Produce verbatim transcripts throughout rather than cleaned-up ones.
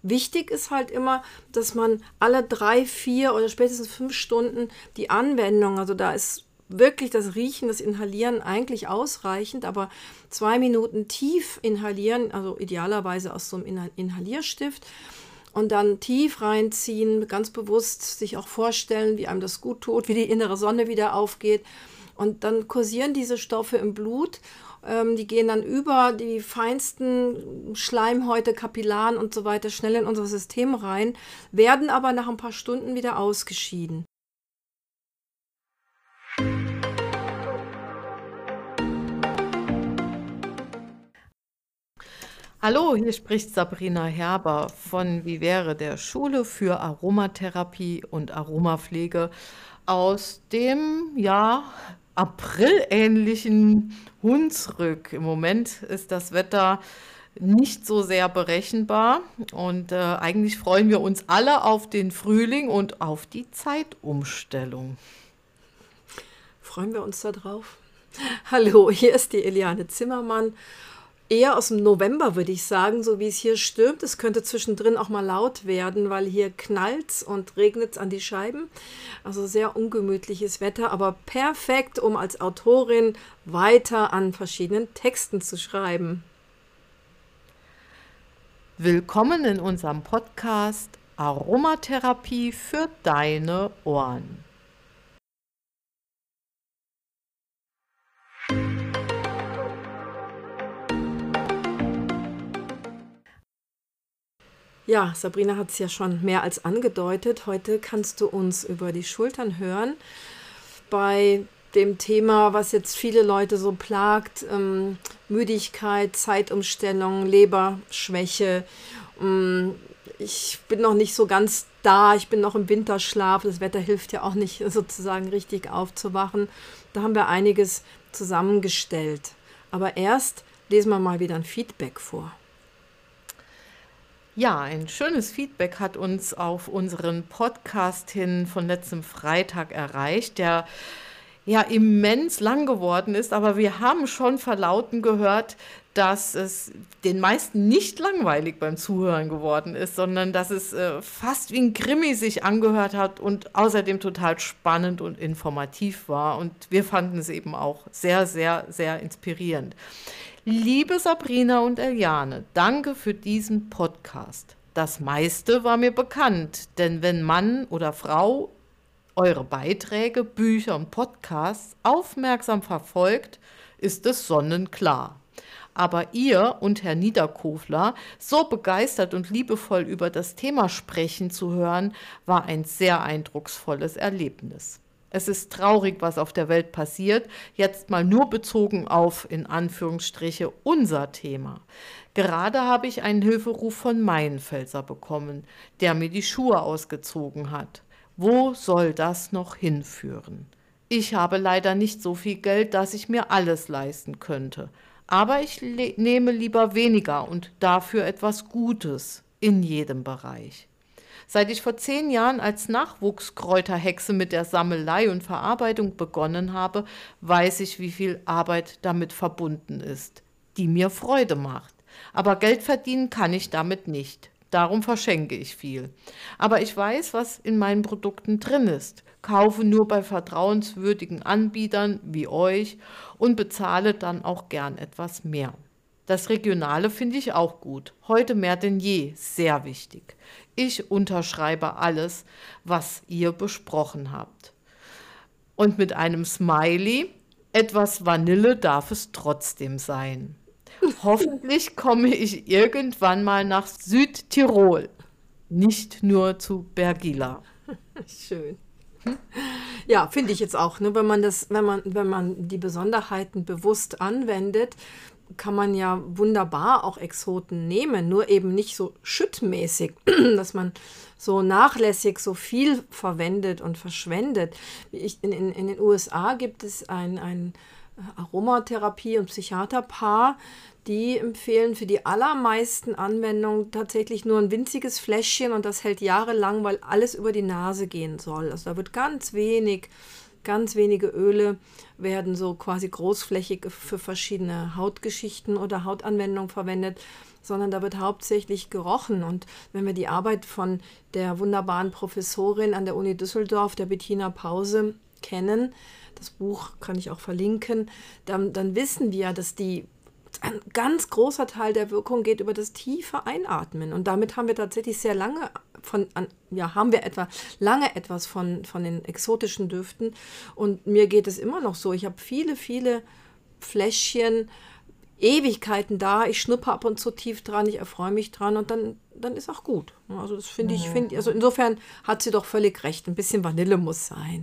Wichtig ist halt immer, dass man alle drei, vier oder spätestens fünf Stunden die Anwendung, also da ist wirklich das Riechen, das Inhalieren eigentlich ausreichend, aber zwei Minuten tief inhalieren, also idealerweise aus so einem Inhalierstift und dann tief reinziehen, ganz bewusst sich auch vorstellen, wie einem das gut tut, wie die innere Sonne wieder aufgeht und dann kursieren diese Stoffe im Blut. Die gehen dann über die feinsten Schleimhäute, Kapillaren und so weiter schnell in unser System rein, werden aber nach ein paar Stunden wieder ausgeschieden. Hallo, hier spricht Sabrina Herber von Vivere, der Schule für Aromatherapie und Aromapflege aus dem, ja, aprilähnlichen Hunsrück. Im Moment ist das Wetter nicht so sehr berechenbar und äh, eigentlich freuen wir uns alle auf den Frühling und auf die Zeitumstellung. Freuen wir uns da drauf? Hallo, hier ist die Eliane Zimmermann. Eher aus dem November, würde ich sagen, so wie es hier stürmt. Es könnte zwischendrin auch mal laut werden, weil hier knallt und regnet an die Scheiben. Also sehr ungemütliches Wetter, aber perfekt, um als Autorin weiter an verschiedenen Texten zu schreiben. Willkommen in unserem Podcast Aromatherapie für deine Ohren. Ja, Sabrina hat es ja schon mehr als angedeutet. Heute kannst du uns über die Schultern hören. Bei dem Thema, was jetzt viele Leute so plagt, ähm, Müdigkeit, Zeitumstellung, Leberschwäche. Ähm, ich bin noch nicht so ganz da, ich bin noch im Winterschlaf. Das Wetter hilft ja auch nicht sozusagen richtig aufzuwachen. Da haben wir einiges zusammengestellt. Aber erst lesen wir mal wieder ein Feedback vor. Ja, ein schönes Feedback hat uns auf unseren Podcast hin von letztem Freitag erreicht, der ja immens lang geworden ist, aber wir haben schon verlauten gehört, dass es den meisten nicht langweilig beim Zuhören geworden ist, sondern dass es äh, fast wie ein Krimi sich angehört hat und außerdem total spannend und informativ war. Und wir fanden es eben auch sehr, sehr, sehr inspirierend. Liebe Sabrina und Eliane, danke für diesen Podcast. Das meiste war mir bekannt, denn wenn Mann oder Frau eure Beiträge, Bücher und Podcasts aufmerksam verfolgt, ist es sonnenklar. Aber ihr und Herr Niederkofler so begeistert und liebevoll über das Thema sprechen zu hören, war ein sehr eindrucksvolles Erlebnis. Es ist traurig, was auf der Welt passiert, jetzt mal nur bezogen auf, in Anführungsstriche, unser Thema. Gerade habe ich einen Hilferuf von Maienfelser bekommen, der mir die Schuhe ausgezogen hat. Wo soll das noch hinführen? Ich habe leider nicht so viel Geld, dass ich mir alles leisten könnte. Aber ich le- nehme lieber weniger und dafür etwas Gutes in jedem Bereich. Seit ich vor zehn Jahren als Nachwuchskräuterhexe mit der Sammelei und Verarbeitung begonnen habe, weiß ich, wie viel Arbeit damit verbunden ist, die mir Freude macht. Aber Geld verdienen kann ich damit nicht. Darum verschenke ich viel. Aber ich weiß, was in meinen Produkten drin ist, kaufe nur bei vertrauenswürdigen Anbietern wie euch und bezahle dann auch gern etwas mehr. Das Regionale finde ich auch gut. Heute mehr denn je sehr wichtig. Ich unterschreibe alles, was ihr besprochen habt. Und mit einem Smiley, etwas Vanille darf es trotzdem sein. Hoffentlich komme ich irgendwann mal nach Südtirol, nicht nur zu Bergila. Schön. Ja, finde ich jetzt auch, ne? Wenn man das, wenn man, wenn man die Besonderheiten bewusst anwendet, kann man ja wunderbar auch Exoten nehmen, nur eben nicht so schüttmäßig, dass man so nachlässig so viel verwendet und verschwendet. Ich, in, in, in den U S A gibt es ein, ein Aromatherapie- und Psychiaterpaar, die empfehlen für die allermeisten Anwendungen tatsächlich nur ein winziges Fläschchen und das hält jahrelang, weil alles über die Nase gehen soll. Also da wird ganz wenig, ganz wenige Öle werden so quasi großflächig für verschiedene Hautgeschichten oder Hautanwendungen verwendet. sondern da wird hauptsächlich gerochen. Und wenn wir die Arbeit von der wunderbaren Professorin an der Uni Düsseldorf, der Bettina Pause, kennen, das Buch kann ich auch verlinken, dann, dann wissen wir, dass die ein ganz großer Teil der Wirkung geht über das tiefe Einatmen. Und damit haben wir tatsächlich sehr lange von, an, ja, haben wir etwa lange etwas von, von den exotischen Düften. Und mir geht es immer noch so. Ich habe viele, viele Fläschchen, Ewigkeiten da. Ich schnuppe ab und zu tief dran, ich erfreue mich dran und dann, dann ist auch gut. Also das finde ich, finde, also insofern hat sie doch völlig recht. Ein bisschen Vanille muss sein.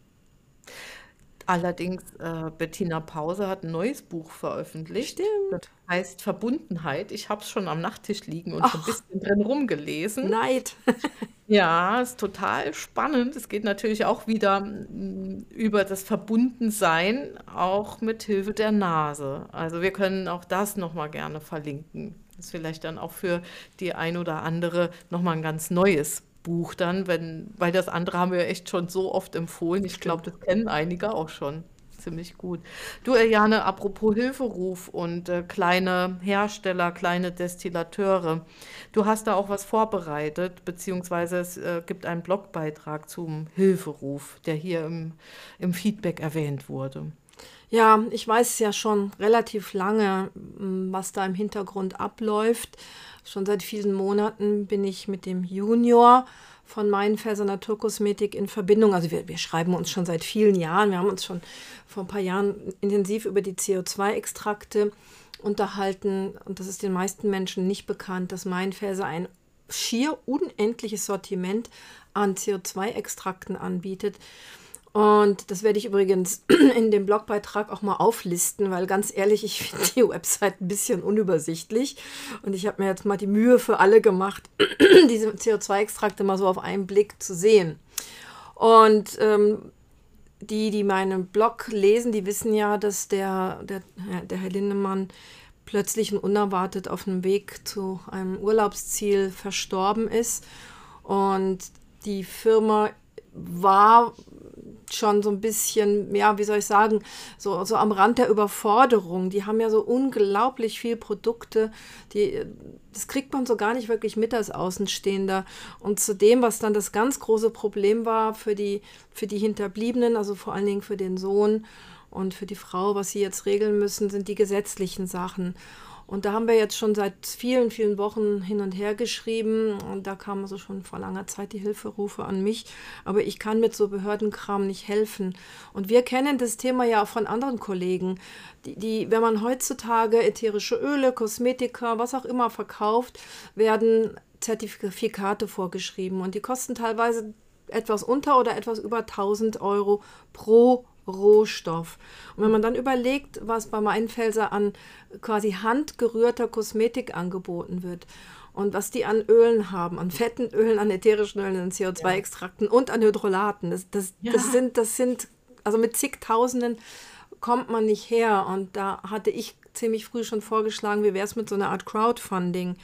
Allerdings, äh, Bettina Pause hat ein neues Buch veröffentlicht. Das Stimmt. heißt Verbundenheit. Ich habe es schon am Nachttisch liegen und schon ein Ach, bisschen drin rumgelesen. Neid. Ja, ist total spannend. Es geht natürlich auch wieder mm, über das Verbundensein, auch mit Hilfe der Nase. Also wir können auch das nochmal gerne verlinken. Das ist vielleicht dann auch für die ein oder andere nochmal ein ganz neues Buch dann, wenn, weil das andere haben wir echt schon so oft empfohlen. Ich glaube, Stimmt. das kennen einige auch schon. Ziemlich gut. Du, Eliane, apropos Hilferuf und äh, kleine Hersteller, kleine Destillateure. Du hast da auch was vorbereitet, beziehungsweise es äh, gibt einen Blogbeitrag zum Hilferuf, der hier im, im Feedback erwähnt wurde. Ja, ich weiß ja schon relativ lange, m, was da im Hintergrund abläuft. Schon seit vielen Monaten bin ich mit dem Junior von Mainfelser Naturkosmetik in Verbindung. Also wir, wir schreiben uns schon seit vielen Jahren. Wir haben uns schon vor ein paar Jahren intensiv über die C O zwei Extrakte unterhalten. Und das ist den meisten Menschen nicht bekannt, dass Mainfelser ein schier unendliches Sortiment an C O zwei Extrakten anbietet. Und das werde ich übrigens in dem Blogbeitrag auch mal auflisten, weil ganz ehrlich, ich finde die Website ein bisschen unübersichtlich. Und ich habe mir jetzt mal die Mühe für alle gemacht, diese C O zwei Extrakte mal so auf einen Blick zu sehen. Und ähm, die, die meinen Blog lesen, die wissen ja, dass der, der, der Herr Lindemann plötzlich und unerwartet auf dem Weg zu einem Urlaubsziel verstorben ist. Und die Firma war schon so ein bisschen, ja, wie soll ich sagen, so, so am Rand der Überforderung. Die haben ja so unglaublich viel Produkte, die, das kriegt man so gar nicht wirklich mit als Außenstehender. Und zu dem, was dann das ganz große Problem war für die, für die Hinterbliebenen, also vor allen Dingen für den Sohn und für die Frau, was sie jetzt regeln müssen, sind die gesetzlichen Sachen. Und da haben wir jetzt schon seit vielen, vielen Wochen hin und her geschrieben. Und da kamen also schon vor langer Zeit die Hilferufe an mich. Aber ich kann mit so Behördenkram nicht helfen. Und wir kennen das Thema ja auch von anderen Kollegen. Die, die, wenn man heutzutage ätherische Öle, Kosmetika, was auch immer verkauft, werden Zertifikate vorgeschrieben. Und die kosten teilweise etwas unter oder etwas über tausend Euro pro Rohstoff. Und wenn man dann überlegt, was bei Mainfelser an quasi handgerührter Kosmetik angeboten wird und was die an Ölen haben, an fetten Ölen, an ätherischen Ölen, an C O zwei Extrakten und an Hydrolaten, das, das, Ja. das sind, das sind, also mit zigtausenden kommt man nicht her. Und da hatte ich ziemlich früh schon vorgeschlagen, wie wäre es mit so einer Art Crowdfunding.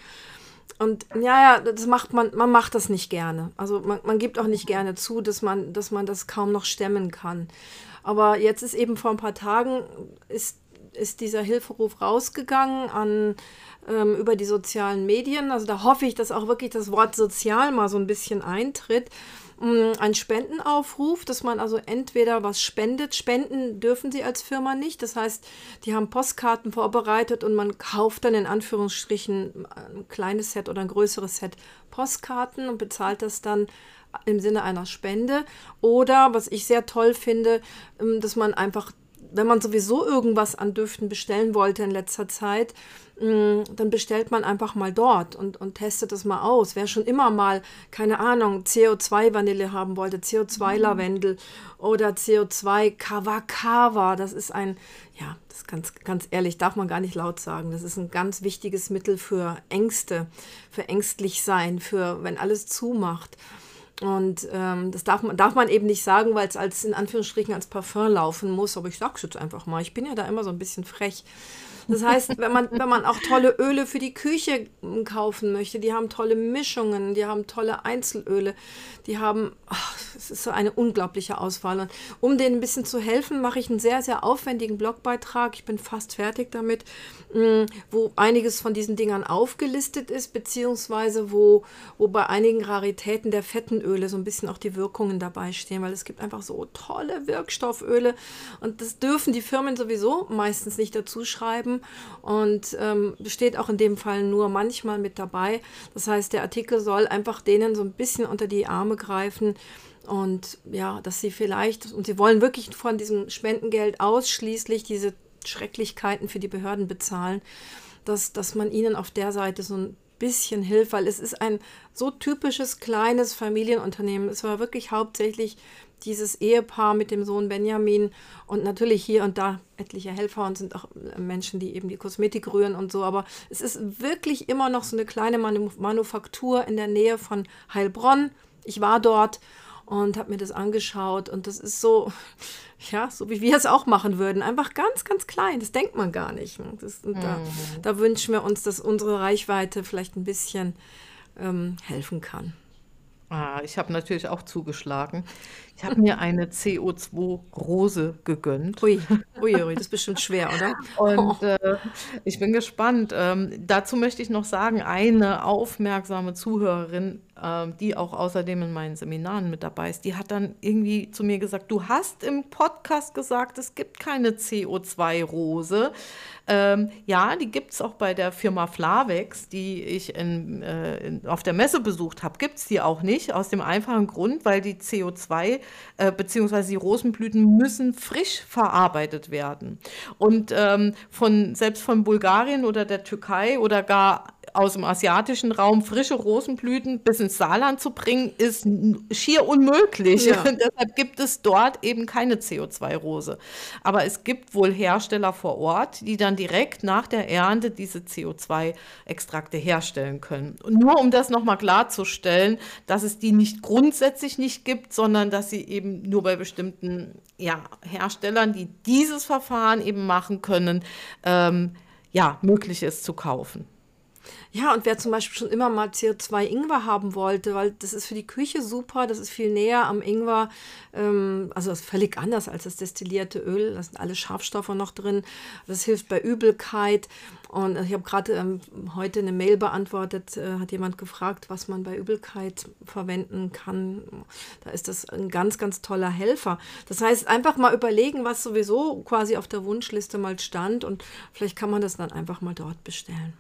Und ja, ja, das macht man, man macht das nicht gerne. Also man, man gibt auch nicht gerne zu, dass man, dass man das kaum noch stemmen kann. Aber jetzt ist eben vor ein paar Tagen ist, ist dieser Hilferuf rausgegangen an, ähm, über die sozialen Medien. Also da hoffe ich, dass auch wirklich das Wort sozial mal so ein bisschen eintritt. Mm, Ein Spendenaufruf, dass man also entweder was spendet. Spenden dürfen sie als Firma nicht. Das heißt, die haben Postkarten vorbereitet und man kauft dann in Anführungsstrichen ein kleines Set oder ein größeres Set Postkarten und bezahlt das dann im Sinne einer Spende. Oder, was ich sehr toll finde, ähm, dass man einfach, wenn man sowieso irgendwas an Düften bestellen wollte in letzter Zeit, mh, dann bestellt man einfach mal dort und, und testet das mal aus. Wer schon immer mal, keine Ahnung, C O zwei Vanille haben wollte, C O zwei Lavendel oder C O zwei Kava-Kava, das ist ein, ja, das ist ganz, ganz ehrlich, darf man gar nicht laut sagen, das ist ein ganz wichtiges Mittel für Ängste, für ängstlich sein, für wenn alles zumacht. Und ähm, das darf man, darf man eben nicht sagen, weil es als in Anführungsstrichen als Parfum laufen muss. Aber ich sag's jetzt einfach mal. Ich bin ja da immer so ein bisschen frech. Das heißt, wenn man, wenn man auch tolle Öle für die Küche mm, kaufen möchte, die haben tolle Mischungen, die haben tolle Einzelöle, die haben, ach, es ist so eine unglaubliche Auswahl. Und um denen ein bisschen zu helfen, mache ich einen sehr, sehr aufwendigen Blogbeitrag. Ich bin fast fertig damit, mm, wo einiges von diesen Dingern aufgelistet ist, beziehungsweise wo, wo bei einigen Raritäten der fetten Öle so ein bisschen auch die Wirkungen dabei stehen, weil es gibt einfach so tolle Wirkstofföle und das dürfen die Firmen sowieso meistens nicht dazu schreiben und ähm, steht auch in dem Fall nur manchmal mit dabei. Das heißt, der Artikel soll einfach denen so ein bisschen unter die Arme greifen und ja, dass sie vielleicht, und sie wollen wirklich von diesem Spendengeld ausschließlich diese Schrecklichkeiten für die Behörden bezahlen, dass, dass man ihnen auf der Seite so ein bisschen hilft, weil es ist ein so typisches kleines Familienunternehmen. Es war wirklich hauptsächlich dieses Ehepaar mit dem Sohn Benjamin und natürlich hier und da etliche Helfer und sind auch Menschen, die eben die Kosmetik rühren und so, aber es ist wirklich immer noch so eine kleine Manu- Manufaktur in der Nähe von Heilbronn. Ich war dort und habe mir das angeschaut und das ist so, ja, so wie wir es auch machen würden, einfach ganz, ganz klein, das denkt man gar nicht. Das, und da, Mhm. da wünschen wir uns, dass unsere Reichweite vielleicht ein bisschen ähm, helfen kann. Ah, ich habe natürlich auch zugeschlagen. Ich habe mir eine C O zwei Rose gegönnt. Ui, ui, ui, das ist bestimmt schwer, oder? Oh, Und äh, ich bin gespannt. Ähm, dazu möchte ich noch sagen, eine aufmerksame Zuhörerin, ähm, die auch außerdem in meinen Seminaren mit dabei ist, die hat dann irgendwie zu mir gesagt, du hast im Podcast gesagt, es gibt keine C O zwei Rose. Ähm, ja, die gibt es auch bei der Firma Flavex, die ich in, äh, in, auf der Messe besucht habe, gibt es die auch nicht, aus dem einfachen Grund, weil die C O zwei äh, beziehungsweise die Rosenblüten müssen frisch verarbeitet werden. Und ähm, von, selbst von Bulgarien oder der Türkei oder gar aus dem asiatischen Raum frische Rosenblüten bis ins Saarland zu bringen, ist n- schier unmöglich. ja. Deshalb gibt es dort eben keine C O zwei Rose. Aber es gibt wohl Hersteller vor Ort, die dann direkt nach der Ernte diese C O zwei Extrakte herstellen können. Und nur um das nochmal klarzustellen, dass es die nicht grundsätzlich nicht gibt, sondern dass sie eben nur bei bestimmten ja, Herstellern, die dieses Verfahren eben machen können, ähm, ja, möglich ist zu kaufen. Ja, und wer zum Beispiel schon immer mal C O zwei Ingwer haben wollte, weil das ist für die Küche super, das ist viel näher am Ingwer, ähm, also das ist völlig anders als das destillierte Öl, da sind alle Schafstoffe noch drin, das hilft bei Übelkeit und ich habe gerade ähm, heute eine Mail beantwortet, äh, hat jemand gefragt, was man bei Übelkeit verwenden kann, da ist das ein ganz, ganz toller Helfer. Das heißt, einfach mal überlegen, was sowieso quasi auf der Wunschliste mal stand und vielleicht kann man das dann einfach mal dort bestellen.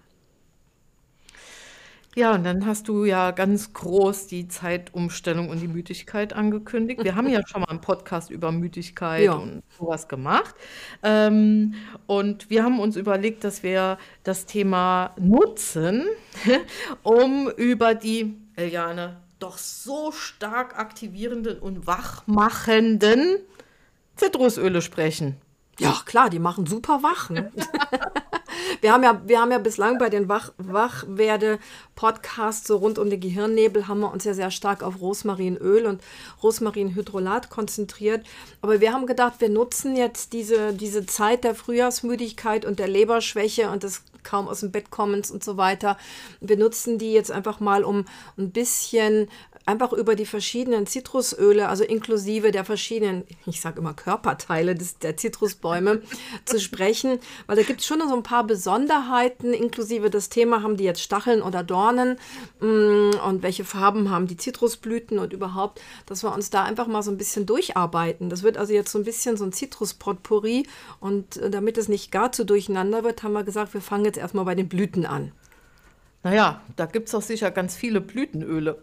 Ja, und dann hast du ja ganz groß die Zeitumstellung und die Müdigkeit angekündigt. Wir haben ja schon mal einen Podcast über Müdigkeit Ja. und sowas gemacht. Ähm, und wir haben uns überlegt, dass wir das Thema nutzen, um über die, Eliane, doch so stark aktivierenden und wachmachenden Zitrusöle sprechen. Ja, klar, die machen super wach. Ne? Wir haben ja, wir haben ja bislang bei den Wach, Wachwerde-Podcasts so rund um den Gehirnnebel haben wir uns ja sehr stark auf Rosmarinöl und Rosmarinhydrolat konzentriert. Aber wir haben gedacht, wir nutzen jetzt diese, diese Zeit der Frühjahrsmüdigkeit und der Leberschwäche und des kaum aus dem Bett kommens und so weiter. Wir nutzen die jetzt einfach mal, um ein bisschen einfach über die verschiedenen Zitrusöle, also inklusive der verschiedenen, ich sage immer Körperteile des, der Zitrusbäume, zu sprechen, weil da gibt es schon so ein paar Besonderheiten, inklusive das Thema, haben die jetzt Stacheln oder Dornen mh, und welche Farben haben die Zitrusblüten und überhaupt, dass wir uns da einfach mal so ein bisschen durcharbeiten. Das wird also jetzt so ein bisschen so ein Zitrus-Potpourri und äh, damit es nicht gar zu durcheinander wird, haben wir gesagt, wir fangen jetzt erstmal bei den Blüten an. Naja, da gibt es auch sicher ganz viele Blütenöle.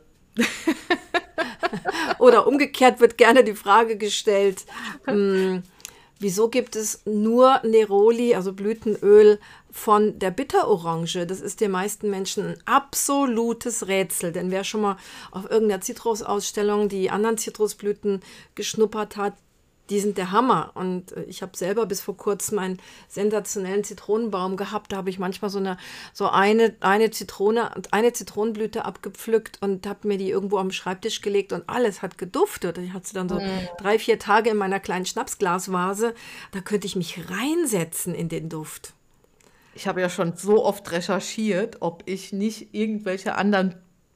Oder umgekehrt wird gerne die Frage gestellt, mh, wieso gibt es nur Neroli, also Blütenöl von der Bitterorange? Das ist den meisten Menschen ein absolutes Rätsel, denn wer schon mal auf irgendeiner Zitrusausstellung die anderen Zitrusblüten geschnuppert hat, die sind der Hammer. Und äh, ich habe selber bis vor kurzem einen sensationellen Zitronenbaum gehabt. Da habe ich manchmal so eine, so eine, eine Zitrone, eine Zitronenblüte abgepflückt und habe mir die irgendwo am Schreibtisch gelegt und alles hat geduftet. Ich hatte sie dann so Mm. drei, vier Tage in meiner kleinen Schnapsglasvase. Da könnte ich mich reinsetzen in den Duft. Ich habe ja schon so oft recherchiert, ob ich nicht irgendwelche anderen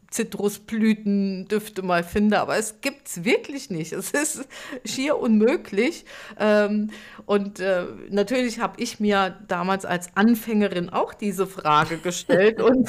Zitrusblütendüfte mal finde, aber es gibt es wirklich nicht. Es ist schier unmöglich. Ähm, und äh, natürlich habe ich mir damals als Anfängerin auch diese Frage gestellt und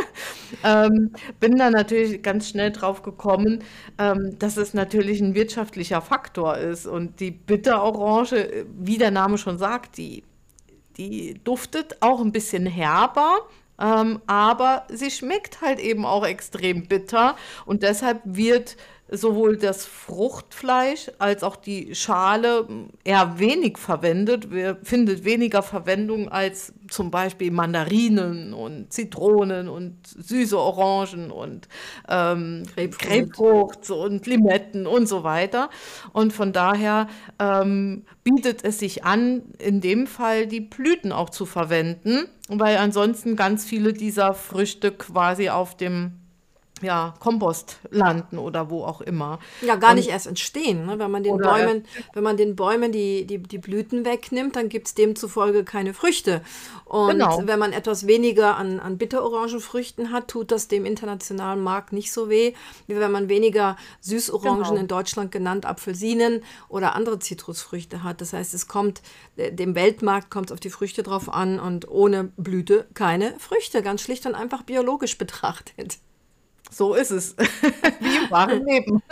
ähm, bin dann natürlich ganz schnell drauf gekommen, ähm, dass es natürlich ein wirtschaftlicher Faktor ist. Und die Bitterorange, wie der Name schon sagt, die die duftet auch ein bisschen herber, ähm, aber sie schmeckt halt eben auch extrem bitter und deshalb wird sowohl das Fruchtfleisch als auch die Schale eher wenig verwendet, wir- findet weniger Verwendung als zum Beispiel Mandarinen und Zitronen und süße Orangen und ähm, Grapefruit. Grapefrucht und Limetten und so weiter. Und von daher ähm, bietet es sich an, in dem Fall die Blüten auch zu verwenden, weil ansonsten ganz viele dieser Früchte quasi auf dem ja, Kompost landen oder wo auch immer. Ja, gar Und nicht erst entstehen. Ne? Wenn man den oder Bäumen, wenn man den Bäumen die, die, die Blüten wegnimmt, dann gibt es demzufolge keine Früchte. Und genau. wenn man etwas weniger an, an Bitterorangenfrüchten hat, tut das dem internationalen Markt nicht so weh, wie wenn man weniger Süßorangen, Genau. in Deutschland genannt Apfelsinen oder andere Zitrusfrüchte hat. Das heißt, es kommt, äh, dem Weltmarkt kommt es auf die Früchte drauf an und ohne Blüte keine Früchte. Ganz schlicht und einfach biologisch betrachtet. So ist es. Wie im wahren Leben.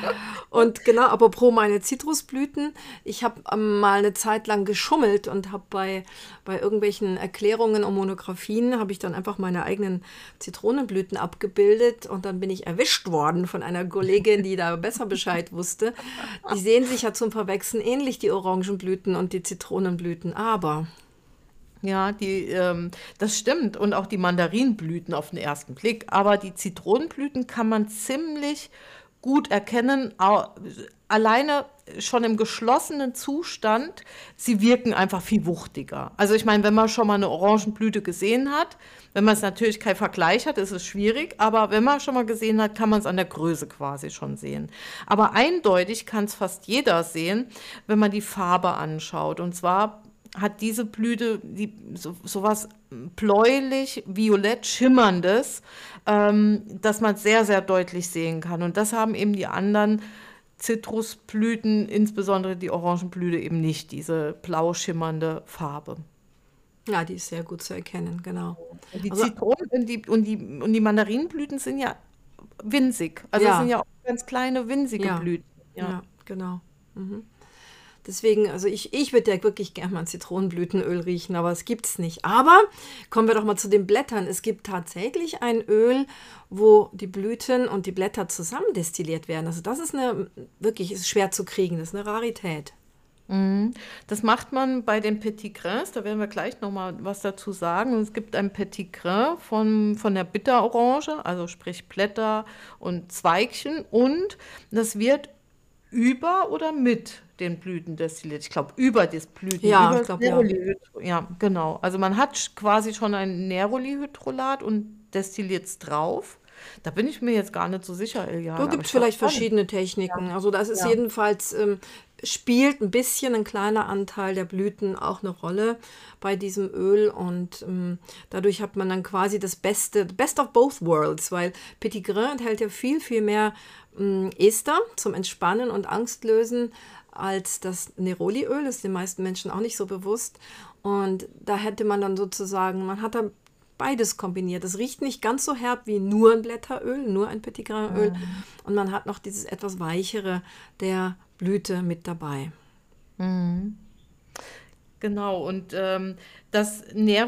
Und genau, apropos meine Zitrusblüten, ich habe ähm, mal eine Zeit lang geschummelt und habe bei, bei irgendwelchen Erklärungen und Monographien, habe ich dann einfach meine eigenen Zitronenblüten abgebildet und dann bin ich erwischt worden von einer Kollegin, die da besser Bescheid wusste. Die sehen sich ja zum Verwechseln ähnlich, die Orangenblüten und die Zitronenblüten, aber Ja, die, ähm, das stimmt. Und auch die Mandarinblüten auf den ersten Blick. Aber die Zitronenblüten kann man ziemlich gut erkennen, au- alleine schon im geschlossenen Zustand. Sie wirken einfach viel wuchtiger. Also ich meine, wenn man schon mal eine Orangenblüte gesehen hat, wenn man es natürlich kein Vergleich hat, ist es schwierig, aber wenn man schon mal gesehen hat, kann man es an der Größe quasi schon sehen. Aber eindeutig kann es fast jeder sehen, wenn man die Farbe anschaut. Und zwar hat diese Blüte die, so, sowas bläulich, violett schimmerndes, ähm, dass man sehr, sehr deutlich sehen kann. Und das haben eben die anderen Zitrusblüten, insbesondere die Orangenblüte, eben nicht, diese blau schimmernde Farbe. ja, die ist sehr gut zu erkennen, genau. Und die Also Zitronen und die, und die, und die Mandarinenblüten sind ja winzig. Also es sind ja, ja auch ganz kleine, winzige ja, Blüten. Ja. ja, genau. Mhm. Deswegen, also ich, ich würde ja wirklich gerne mal ein Zitronenblütenöl riechen, aber es gibt es nicht. Aber kommen wir doch mal zu den Blättern. Es gibt tatsächlich ein Öl, wo die Blüten und die Blätter zusammen destilliert werden. Also das ist eine, wirklich, ist schwer zu kriegen, das ist eine Rarität. Mhm. Das macht man bei den Petit Grains, da werden wir gleich nochmal was dazu sagen. Und es gibt ein Petit Grain von, von der Bitterorange, also sprich Blätter und Zweigchen. Und das wird über oder mit den Blüten destilliert. Ich glaube, über das Blüten, Ja, über ich das glaube ja. Neroli-Hydrolat. Ja, genau. Also man hat sch- quasi schon ein Neroli-Hydrolat und destilliert es drauf. Da bin ich mir jetzt gar nicht so sicher, Da Eliane, aber gibt es ich glaube vielleicht schon. verschiedene Techniken. Also das ist Ja. jedenfalls, ähm, spielt ein bisschen ein kleiner Anteil der Blüten auch eine Rolle bei diesem Öl und ähm, dadurch hat man dann quasi das Beste, Best of both worlds, weil Petit Grain enthält ja viel, viel mehr ähm, Ester zum Entspannen und Angstlösen als das Neroli-Öl, ist den meisten Menschen auch nicht so bewusst. Und da hätte man dann sozusagen, man hat da beides kombiniert. Es riecht nicht ganz so herb wie nur ein Blätteröl, nur ein Petit Grain-Öl. Und man hat noch dieses etwas weichere der Blüte mit dabei. Mhm. Genau, und ähm, das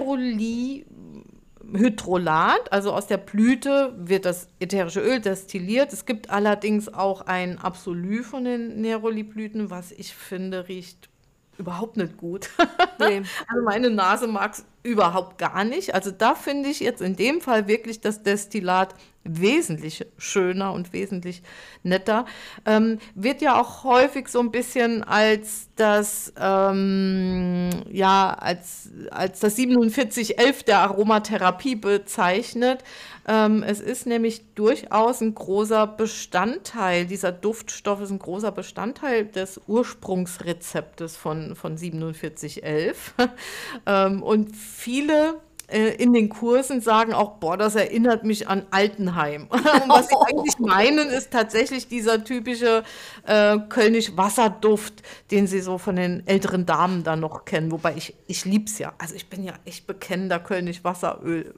Neroli-Hydrolat, also aus der Blüte wird das ätherische Öl destilliert. Es gibt allerdings auch ein Absolut von den Neroli-Blüten, was ich finde, riecht überhaupt nicht gut. Nee. Also meine Nase mag es überhaupt gar nicht. Also da finde ich jetzt in dem Fall wirklich das Destillat wesentlich schöner und wesentlich netter. Ähm, wird ja auch häufig so ein bisschen als das, ähm, ja, als, als das siebenundvierzig elf der Aromatherapie bezeichnet. Ähm, es ist nämlich durchaus ein großer Bestandteil, dieser Duftstoff ist ein großer Bestandteil des Ursprungsrezeptes von, von siebenundvierzig elf. ähm, und viele in den Kursen sagen auch, boah, das erinnert mich an Altenheim. Und was sie eigentlich meinen, ist tatsächlich dieser typische äh, Kölnisch-Wasserduft, den sie so von den älteren Damen dann noch kennen. Wobei ich, ich lieb's ja. Also ich bin ja echt bekennender Kölnisch-Wasseröl,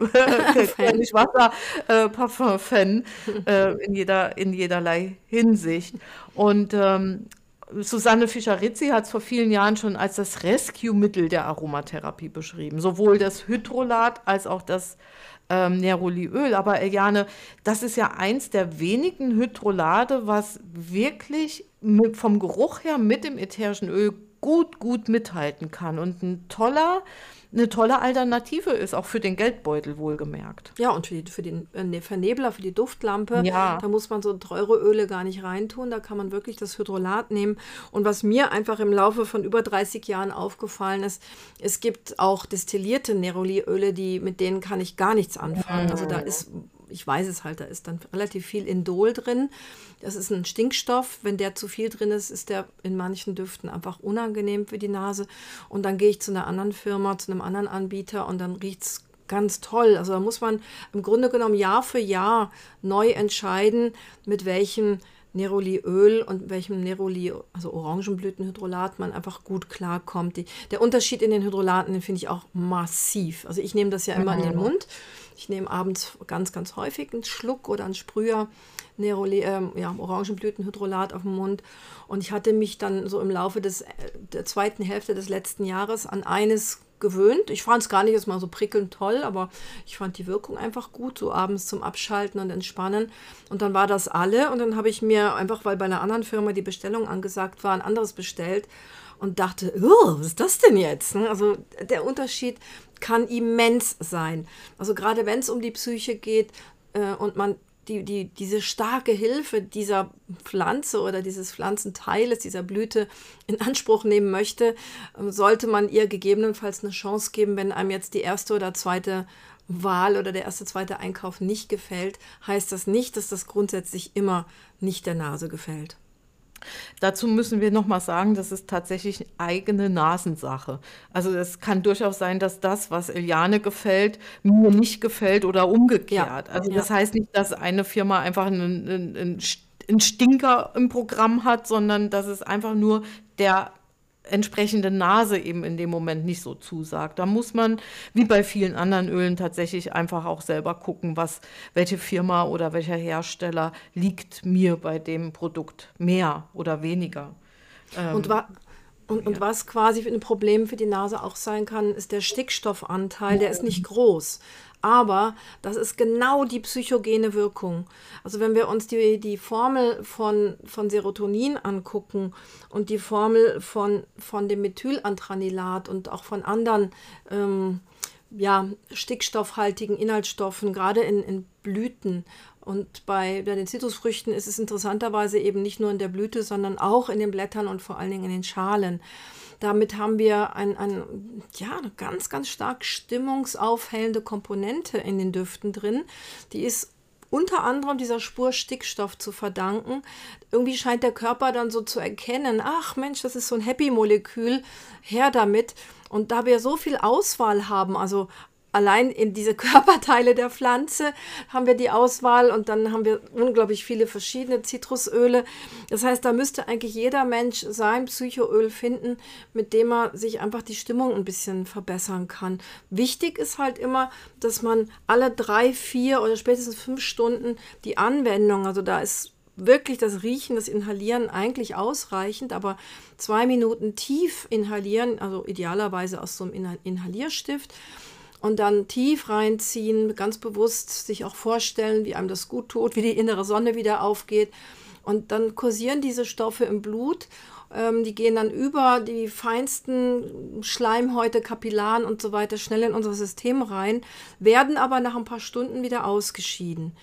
Kölnisch-Wasser-Parfum-Fan äh, in jeder, in jederlei Hinsicht. Und ähm, Susanne Fischer-Rizzi hat es vor vielen Jahren schon als das Rescue-Mittel der Aromatherapie beschrieben. Sowohl das Hydrolat als auch das ähm, Neroliöl. Aber Eliane, das ist ja eins der wenigen Hydrolate, was wirklich mit, vom Geruch her mit dem ätherischen Öl gut, gut mithalten kann. Und ein toller, eine tolle Alternative ist, auch für den Geldbeutel wohlgemerkt. Ja, und für, die, für den äh, Vernebler, für die Duftlampe, Ja. da muss man so teure Öle gar nicht reintun, da kann man wirklich das Hydrolat nehmen. Und was mir einfach im Laufe von über dreißig Jahren aufgefallen ist, es gibt auch destillierte Neroliöle, die, mit denen kann ich gar nichts anfangen. Also da ist, ich weiß es halt, da ist dann relativ viel Indol drin. Das ist ein Stinkstoff. Wenn der zu viel drin ist, ist der in manchen Düften einfach unangenehm für die Nase. Und dann gehe ich zu einer anderen Firma, zu einem anderen Anbieter und dann riecht es ganz toll. Also da muss man im Grunde genommen Jahr für Jahr neu entscheiden, mit welchem Neroliöl und welchem Neroli, also Orangenblütenhydrolat, man einfach gut klarkommt. Die, der Unterschied in den Hydrolaten, den finde ich auch massiv. Also ich nehme das ja immer in den Mund. Ich nehme abends ganz, ganz häufig einen Schluck oder einen Sprüher Neroli, äh, ja, Orangenblütenhydrolat auf dem Mund. Und ich hatte mich dann so im Laufe des, der zweiten Hälfte des letzten Jahres an eines gewöhnt. Ich fand es gar nicht jetzt mal so prickelnd toll, aber ich fand die Wirkung einfach gut, so abends zum Abschalten und Entspannen. Und dann war das alle und dann habe ich mir einfach, weil bei einer anderen Firma die Bestellung angesagt war, ein anderes bestellt und dachte, oh, was ist das denn jetzt? Also der Unterschied kann immens sein. Also gerade wenn es um die Psyche geht äh, und man Die, die, diese starke Hilfe dieser Pflanze oder dieses Pflanzenteiles, dieser Blüte in Anspruch nehmen möchte, sollte man ihr gegebenenfalls eine Chance geben, wenn einem jetzt die erste oder zweite Wahl oder der erste, zweite Einkauf nicht gefällt, heißt das nicht, dass das grundsätzlich immer nicht der Nase gefällt. Dazu müssen wir nochmal sagen, das ist tatsächlich eigene Nasensache. Also es kann durchaus sein, dass das, was Eliane gefällt, mir nicht gefällt oder umgekehrt. Ja, also ja. das heißt nicht, dass eine Firma einfach einen, einen, einen einen Stinker im Programm hat, sondern dass es einfach nur der entsprechende Nase eben in dem Moment nicht so zusagt. Da muss man, wie bei vielen anderen Ölen, tatsächlich einfach auch selber gucken, was, welche Firma oder welcher Hersteller liegt mir bei dem Produkt mehr oder weniger. Und, wa und, und was quasi ein Problem für die Nase auch sein kann, ist der Stickstoffanteil, der ist nicht groß. Aber das ist genau die psychogene Wirkung. Also wenn wir uns die, die Formel von, von Serotonin angucken und die Formel von, von dem Methylantranilat und auch von anderen ähm, ja, stickstoffhaltigen Inhaltsstoffen, gerade in, in Blüten. Und bei, bei den Zitrusfrüchten ist es interessanterweise eben nicht nur in der Blüte, sondern auch in den Blättern und vor allen Dingen in den Schalen. Damit haben wir ein, ein, ja, eine ganz, ganz stark stimmungsaufhellende Komponente in den Düften drin. Die ist unter anderem dieser Spur Stickstoff zu verdanken. Irgendwie scheint der Körper dann so zu erkennen, ach Mensch, das ist so ein Happy-Molekül, her damit. Und da wir so viel Auswahl haben, also allein in diese Körperteile der Pflanze haben wir die Auswahl und dann haben wir unglaublich viele verschiedene Zitrusöle. Das heißt, da müsste eigentlich jeder Mensch sein Psychoöl finden, mit dem er sich einfach die Stimmung ein bisschen verbessern kann. Wichtig ist halt immer, dass man alle drei, vier oder spätestens fünf Stunden die Anwendung, also da ist wirklich das Riechen, das Inhalieren eigentlich ausreichend, aber zwei Minuten tief inhalieren, also idealerweise aus so einem Inhalierstift, und dann tief reinziehen, ganz bewusst sich auch vorstellen, wie einem das gut tut, wie die innere Sonne wieder aufgeht. Und dann kursieren diese Stoffe im Blut. Ähm, die gehen dann über die feinsten Schleimhäute, Kapillaren und so weiter schnell in unser System rein, werden aber nach ein paar Stunden wieder ausgeschieden.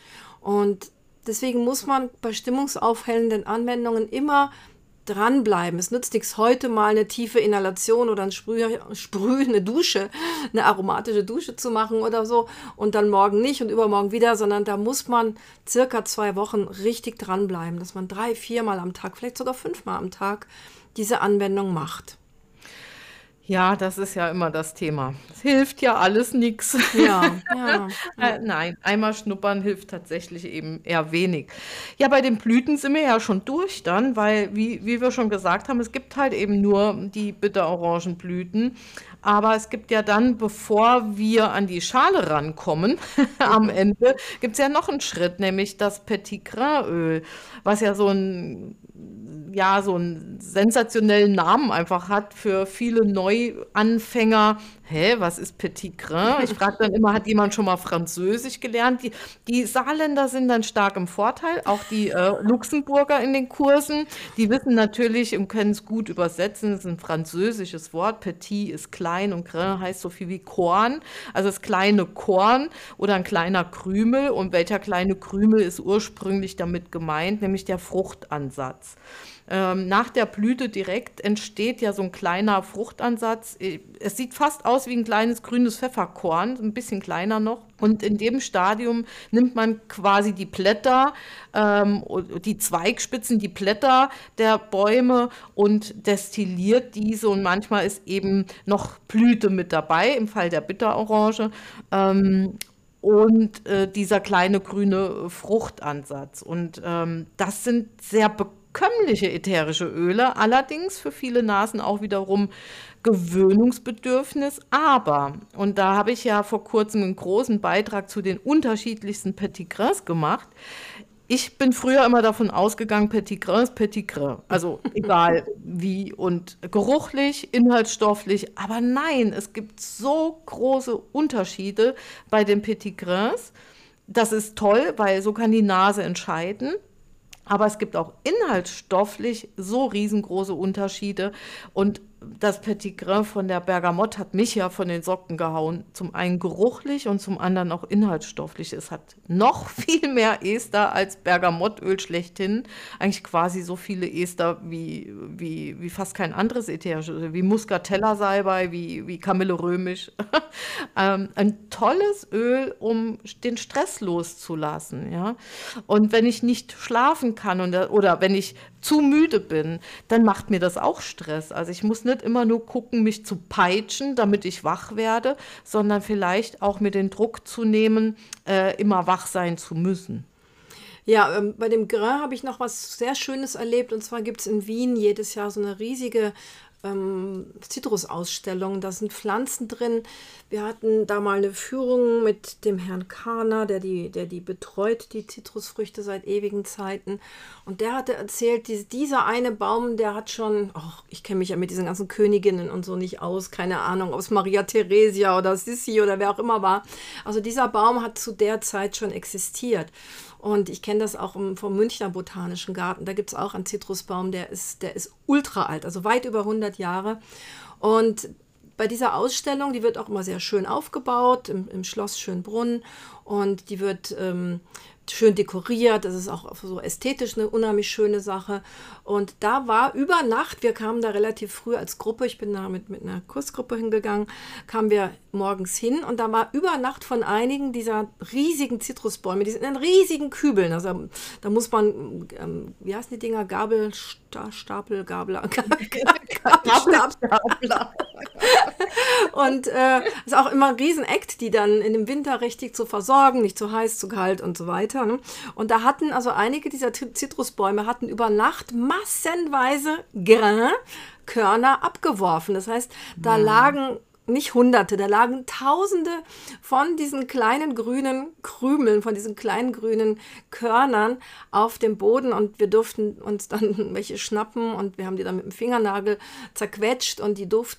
Und deswegen muss man bei stimmungsaufhellenden Anwendungen immer dranbleiben. Es nützt nichts, heute mal eine tiefe Inhalation oder ein Sprüh, Sprüh, eine Dusche, eine aromatische Dusche zu machen oder so und dann morgen nicht und übermorgen wieder, sondern da muss man circa zwei Wochen richtig dranbleiben, dass man drei, viermal am Tag, vielleicht sogar fünfmal am Tag diese Anwendung macht. Ja, das ist ja immer das Thema. Es hilft ja alles nichts. Ja, ja. Äh, nein, einmal schnuppern hilft tatsächlich eben eher wenig. Ja, bei den Blüten sind wir ja schon durch dann, weil, wie, wie wir schon gesagt haben, es gibt halt eben nur die Bitterorangenblüten. Aber es gibt ja dann, bevor wir an die Schale rankommen, am Ende, gibt es ja noch einen Schritt, nämlich das Petit Grain-Öl, was ja so ein ja, so einen sensationellen Namen einfach hat für viele Neuanfänger. Hä, was ist Petit Grain? Ich frage dann immer, hat jemand schon mal Französisch gelernt? Die, die Saarländer sind dann stark im Vorteil, auch die äh, Luxemburger in den Kursen. Die wissen natürlich und können es gut übersetzen. Es ist ein französisches Wort. Petit ist klein und Grain heißt so viel wie Korn. Also das kleine Korn oder ein kleiner Krümel. Und welcher kleine Krümel ist ursprünglich damit gemeint? Nämlich der Fruchtansatz. Ähm, nach der Blüte direkt entsteht ja so ein kleiner Fruchtansatz. Es sieht fast aus wie ein kleines grünes Pfefferkorn, ein bisschen kleiner noch. Und in dem Stadium nimmt man quasi die Blätter, ähm, die Zweigspitzen, die Blätter der Bäume und destilliert diese. Und manchmal ist eben noch Blüte mit dabei, im Fall der Bitterorange. Ähm, und äh, dieser kleine grüne Fruchtansatz. Und ähm, das sind sehr bekannte kömmliche ätherische Öle, allerdings für viele Nasen auch wiederum Gewöhnungsbedürfnis, aber, und da habe ich ja vor kurzem einen großen Beitrag zu den unterschiedlichsten Petit Grains gemacht, ich bin früher immer davon ausgegangen, Petit Grain ist Petit Grain, also egal wie und geruchlich, inhaltsstofflich, aber nein, es gibt so große Unterschiede bei den Petit Grains, das ist toll, weil so kann die Nase entscheiden. Aber es gibt auch inhaltsstofflich so riesengroße Unterschiede. Und das Petit Grain von der Bergamotte hat mich ja von den Socken gehauen. Zum einen geruchlich und zum anderen auch inhaltsstofflich. Es hat noch viel mehr Ester als Bergamottöl schlechthin. Eigentlich quasi so viele Ester wie, wie, wie fast kein anderes ätherisches Öl. Wie Muscatella-Salbei, wie, wie Kamille römisch. ähm, ein tolles Öl, um den Stress loszulassen. Ja? Und wenn ich nicht schlafen kann und, oder wenn ich zu müde bin, dann macht mir das auch Stress. Also ich muss nicht immer nur gucken, mich zu peitschen, damit ich wach werde, sondern vielleicht auch mir den Druck zu nehmen, äh, immer wach sein zu müssen. Ja, ähm, bei dem Grain habe ich noch was sehr Schönes erlebt. Und zwar gibt es in Wien jedes Jahr so eine riesige ähm, Zitrusausstellung. Da sind Pflanzen drin. Wir hatten da mal eine Führung mit dem Herrn Kahner, der die, der die betreut, die Zitrusfrüchte seit ewigen Zeiten. Und der hatte erzählt, die, dieser eine Baum, der hat schon, oh, ich kenne mich ja mit diesen ganzen Königinnen und so nicht aus, keine Ahnung, ob es Maria Theresia oder Sissi oder wer auch immer war. Also dieser Baum hat zu der Zeit schon existiert. Und ich kenne das auch im, vom Münchner Botanischen Garten. Da gibt es auch einen Zitrusbaum, der ist, der ist ultra alt, also weit über hundert Jahre. Und bei dieser Ausstellung, die wird auch immer sehr schön aufgebaut, im, im Schloss Schönbrunn. Und die wird ähm, schön dekoriert. Das ist auch so ästhetisch eine unheimlich schöne Sache. Und da war über Nacht, wir kamen da relativ früh als Gruppe, ich bin da mit, mit einer Kursgruppe hingegangen, kamen wir morgens hin und da war über Nacht von einigen dieser riesigen Zitrusbäume, die sind in riesigen Kübeln, also da muss man, ähm, wie heißen die Dinger, Gabelstapel, Gabler, Gabelstapler. Und äh, ist auch immer ein Riesenakt, die dann in dem Winter richtig zu versorgen, nicht zu heiß, zu kalt und so weiter. Ne? Und da hatten also einige dieser Zitrusbäume hatten über Nacht massenweise Grain-Körner abgeworfen. Das heißt, da mhm. lagen nicht Hunderte, da lagen Tausende von diesen kleinen grünen Krümeln, von diesen kleinen grünen Körnern auf dem Boden und wir durften uns dann welche schnappen und wir haben die dann mit dem Fingernagel zerquetscht und die durften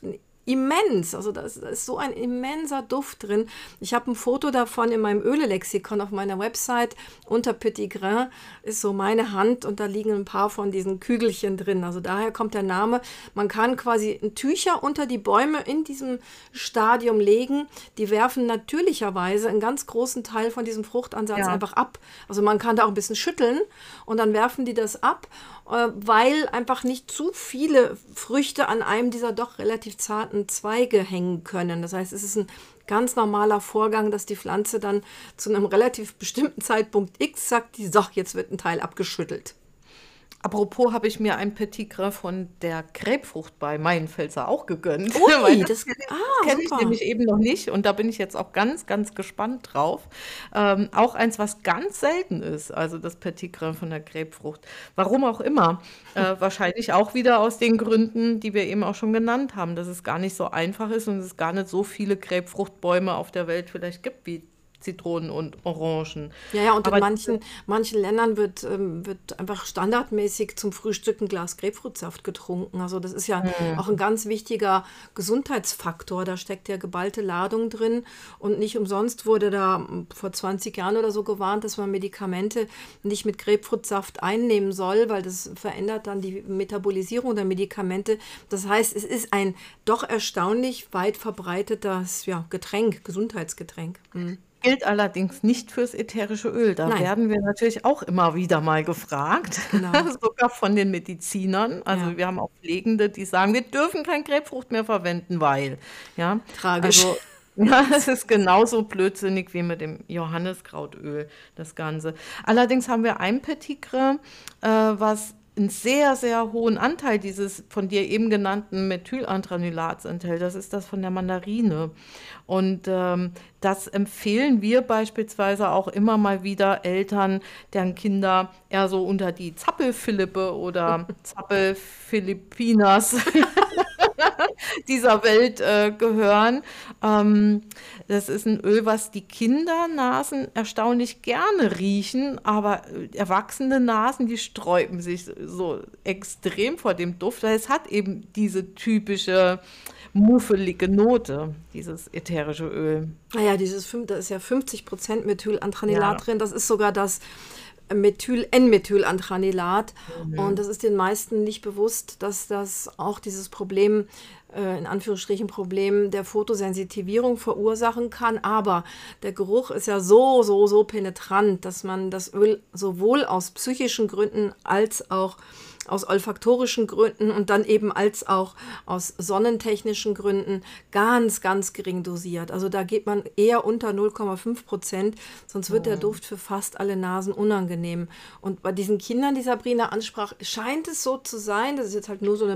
immens. Also da ist, da ist so ein immenser Duft drin. Ich habe ein Foto davon in meinem Öle-Lexikon auf meiner Website. Unter Petit Grain ist so meine Hand und da liegen ein paar von diesen Kügelchen drin. Also daher kommt der Name. Man kann quasi Tücher unter die Bäume in diesem Stadium legen. Die werfen natürlicherweise einen ganz großen Teil von diesem Fruchtansatz Ja. einfach ab. Also man kann da auch ein bisschen schütteln und dann werfen die das ab, äh, weil einfach nicht zu viele Früchte an einem dieser doch relativ zarten Zweige hängen können. Das heißt, es ist ein ganz normaler Vorgang, dass die Pflanze dann zu einem relativ bestimmten Zeitpunkt X sagt, die, so, jetzt wird ein Teil abgeschüttelt. Apropos habe ich mir ein Petit Grain von der Grapefrucht bei Mainfelser auch gegönnt. Ui, Weil das das, kenne ah, kenn ich super. nämlich eben noch nicht und da bin ich jetzt auch ganz, ganz gespannt drauf. Ähm, auch eins, was ganz selten ist, also das Petit Grain von der Grapefrucht. Warum auch immer. Äh, wahrscheinlich auch wieder aus den Gründen, die wir eben auch schon genannt haben, dass es gar nicht so einfach ist und es gar nicht so viele Grapefruchtbäume auf der Welt vielleicht gibt wie Zitronen und Orangen. Ja, ja, und in Aber manchen, manchen Ländern wird, ähm, wird einfach standardmäßig zum Frühstück ein Glas Grapefruitsaft getrunken. Also das ist ja auch ein ganz wichtiger Gesundheitsfaktor. Da steckt ja geballte Ladung drin. Und nicht umsonst wurde da mm, vor zwanzig Jahren oder so gewarnt, dass man Medikamente nicht mit Grapefruitsaft einnehmen soll, weil das verändert dann die Metabolisierung der Medikamente. Das heißt, es ist ein doch erstaunlich weit verbreitetes, ja, Getränk, Gesundheitsgetränk. Mhm. gilt allerdings nicht fürs ätherische Öl. Da Nein, werden wir natürlich auch immer wieder mal gefragt, genau. sogar von den Medizinern. Also Ja, wir haben auch Pflegende, die sagen, wir dürfen kein Grapefrucht mehr verwenden, weil, ja, tragisch. also ja, es ist genauso blödsinnig wie mit dem Johanniskrautöl, das Ganze. Allerdings haben wir ein Petit Grain, äh, was einen sehr, sehr hohen Anteil dieses von dir eben genannten Methylandranulats enthält. Das ist das von der Mandarine. Und ähm, das empfehlen wir beispielsweise auch immer mal wieder Eltern, deren Kinder eher so unter die Zappelphilippe oder Zappelphilippinas dieser Welt äh, gehören. Ähm, das ist ein Öl, was die Kindernasen erstaunlich gerne riechen, aber äh, erwachsene Nasen, die sträuben sich so extrem vor dem Duft. Weil es hat eben diese typische muffelige Note, dieses ätherische Öl. Naja, dieses fünf, da ist ja fünfzig Prozent Ja. Methylantranilat drin. Das ist sogar das Methyl N-Methylantranilat. Und das ist den meisten nicht bewusst, dass das auch dieses Problem, äh, in Anführungsstrichen Problem der Photosensitivierung verursachen kann. Aber der Geruch ist ja so, so, so penetrant, dass man das Öl sowohl aus psychischen Gründen als auch aus olfaktorischen Gründen und dann eben als auch aus sonnentechnischen Gründen ganz, ganz gering dosiert. Also da geht man eher unter null Komma fünf Prozent, sonst wird der Duft für fast alle Nasen unangenehm. Und bei diesen Kindern, die Sabrina ansprach, scheint es so zu sein, das ist jetzt halt nur so eine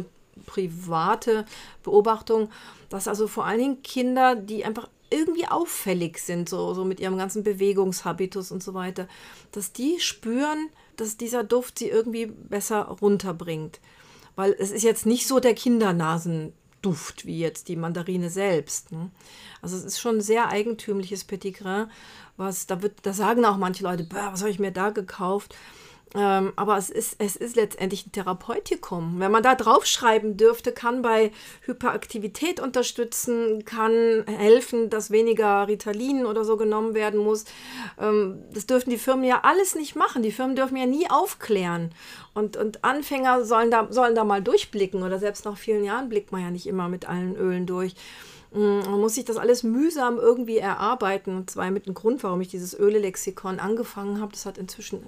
private Beobachtung, dass also vor allen Dingen Kinder, die einfach irgendwie auffällig sind, so, so mit ihrem ganzen Bewegungshabitus und so weiter, dass die spüren, dass dieser Duft sie irgendwie besser runterbringt. Weil es ist jetzt nicht so der Kindernasenduft wie jetzt die Mandarine selbst. Ne? Also es ist schon ein sehr eigentümliches Petit Grain, was da wird, da sagen auch manche Leute, "Bäh, was habe ich mir da gekauft?" Ähm, aber es ist, es ist letztendlich ein Therapeutikum. Wenn man da draufschreiben dürfte, kann bei Hyperaktivität unterstützen, kann helfen, dass weniger Ritalin oder so genommen werden muss. Ähm, das dürfen die Firmen ja alles nicht machen. Die Firmen dürfen ja nie aufklären. Und, und Anfänger sollen da, sollen da mal durchblicken. Oder selbst nach vielen Jahren blickt man ja nicht immer mit allen Ölen durch. Mm, Man muss sich das alles mühsam irgendwie erarbeiten. Und zwar mit dem Grund, warum ich dieses Öle-Lexikon angefangen habe. Das hat inzwischen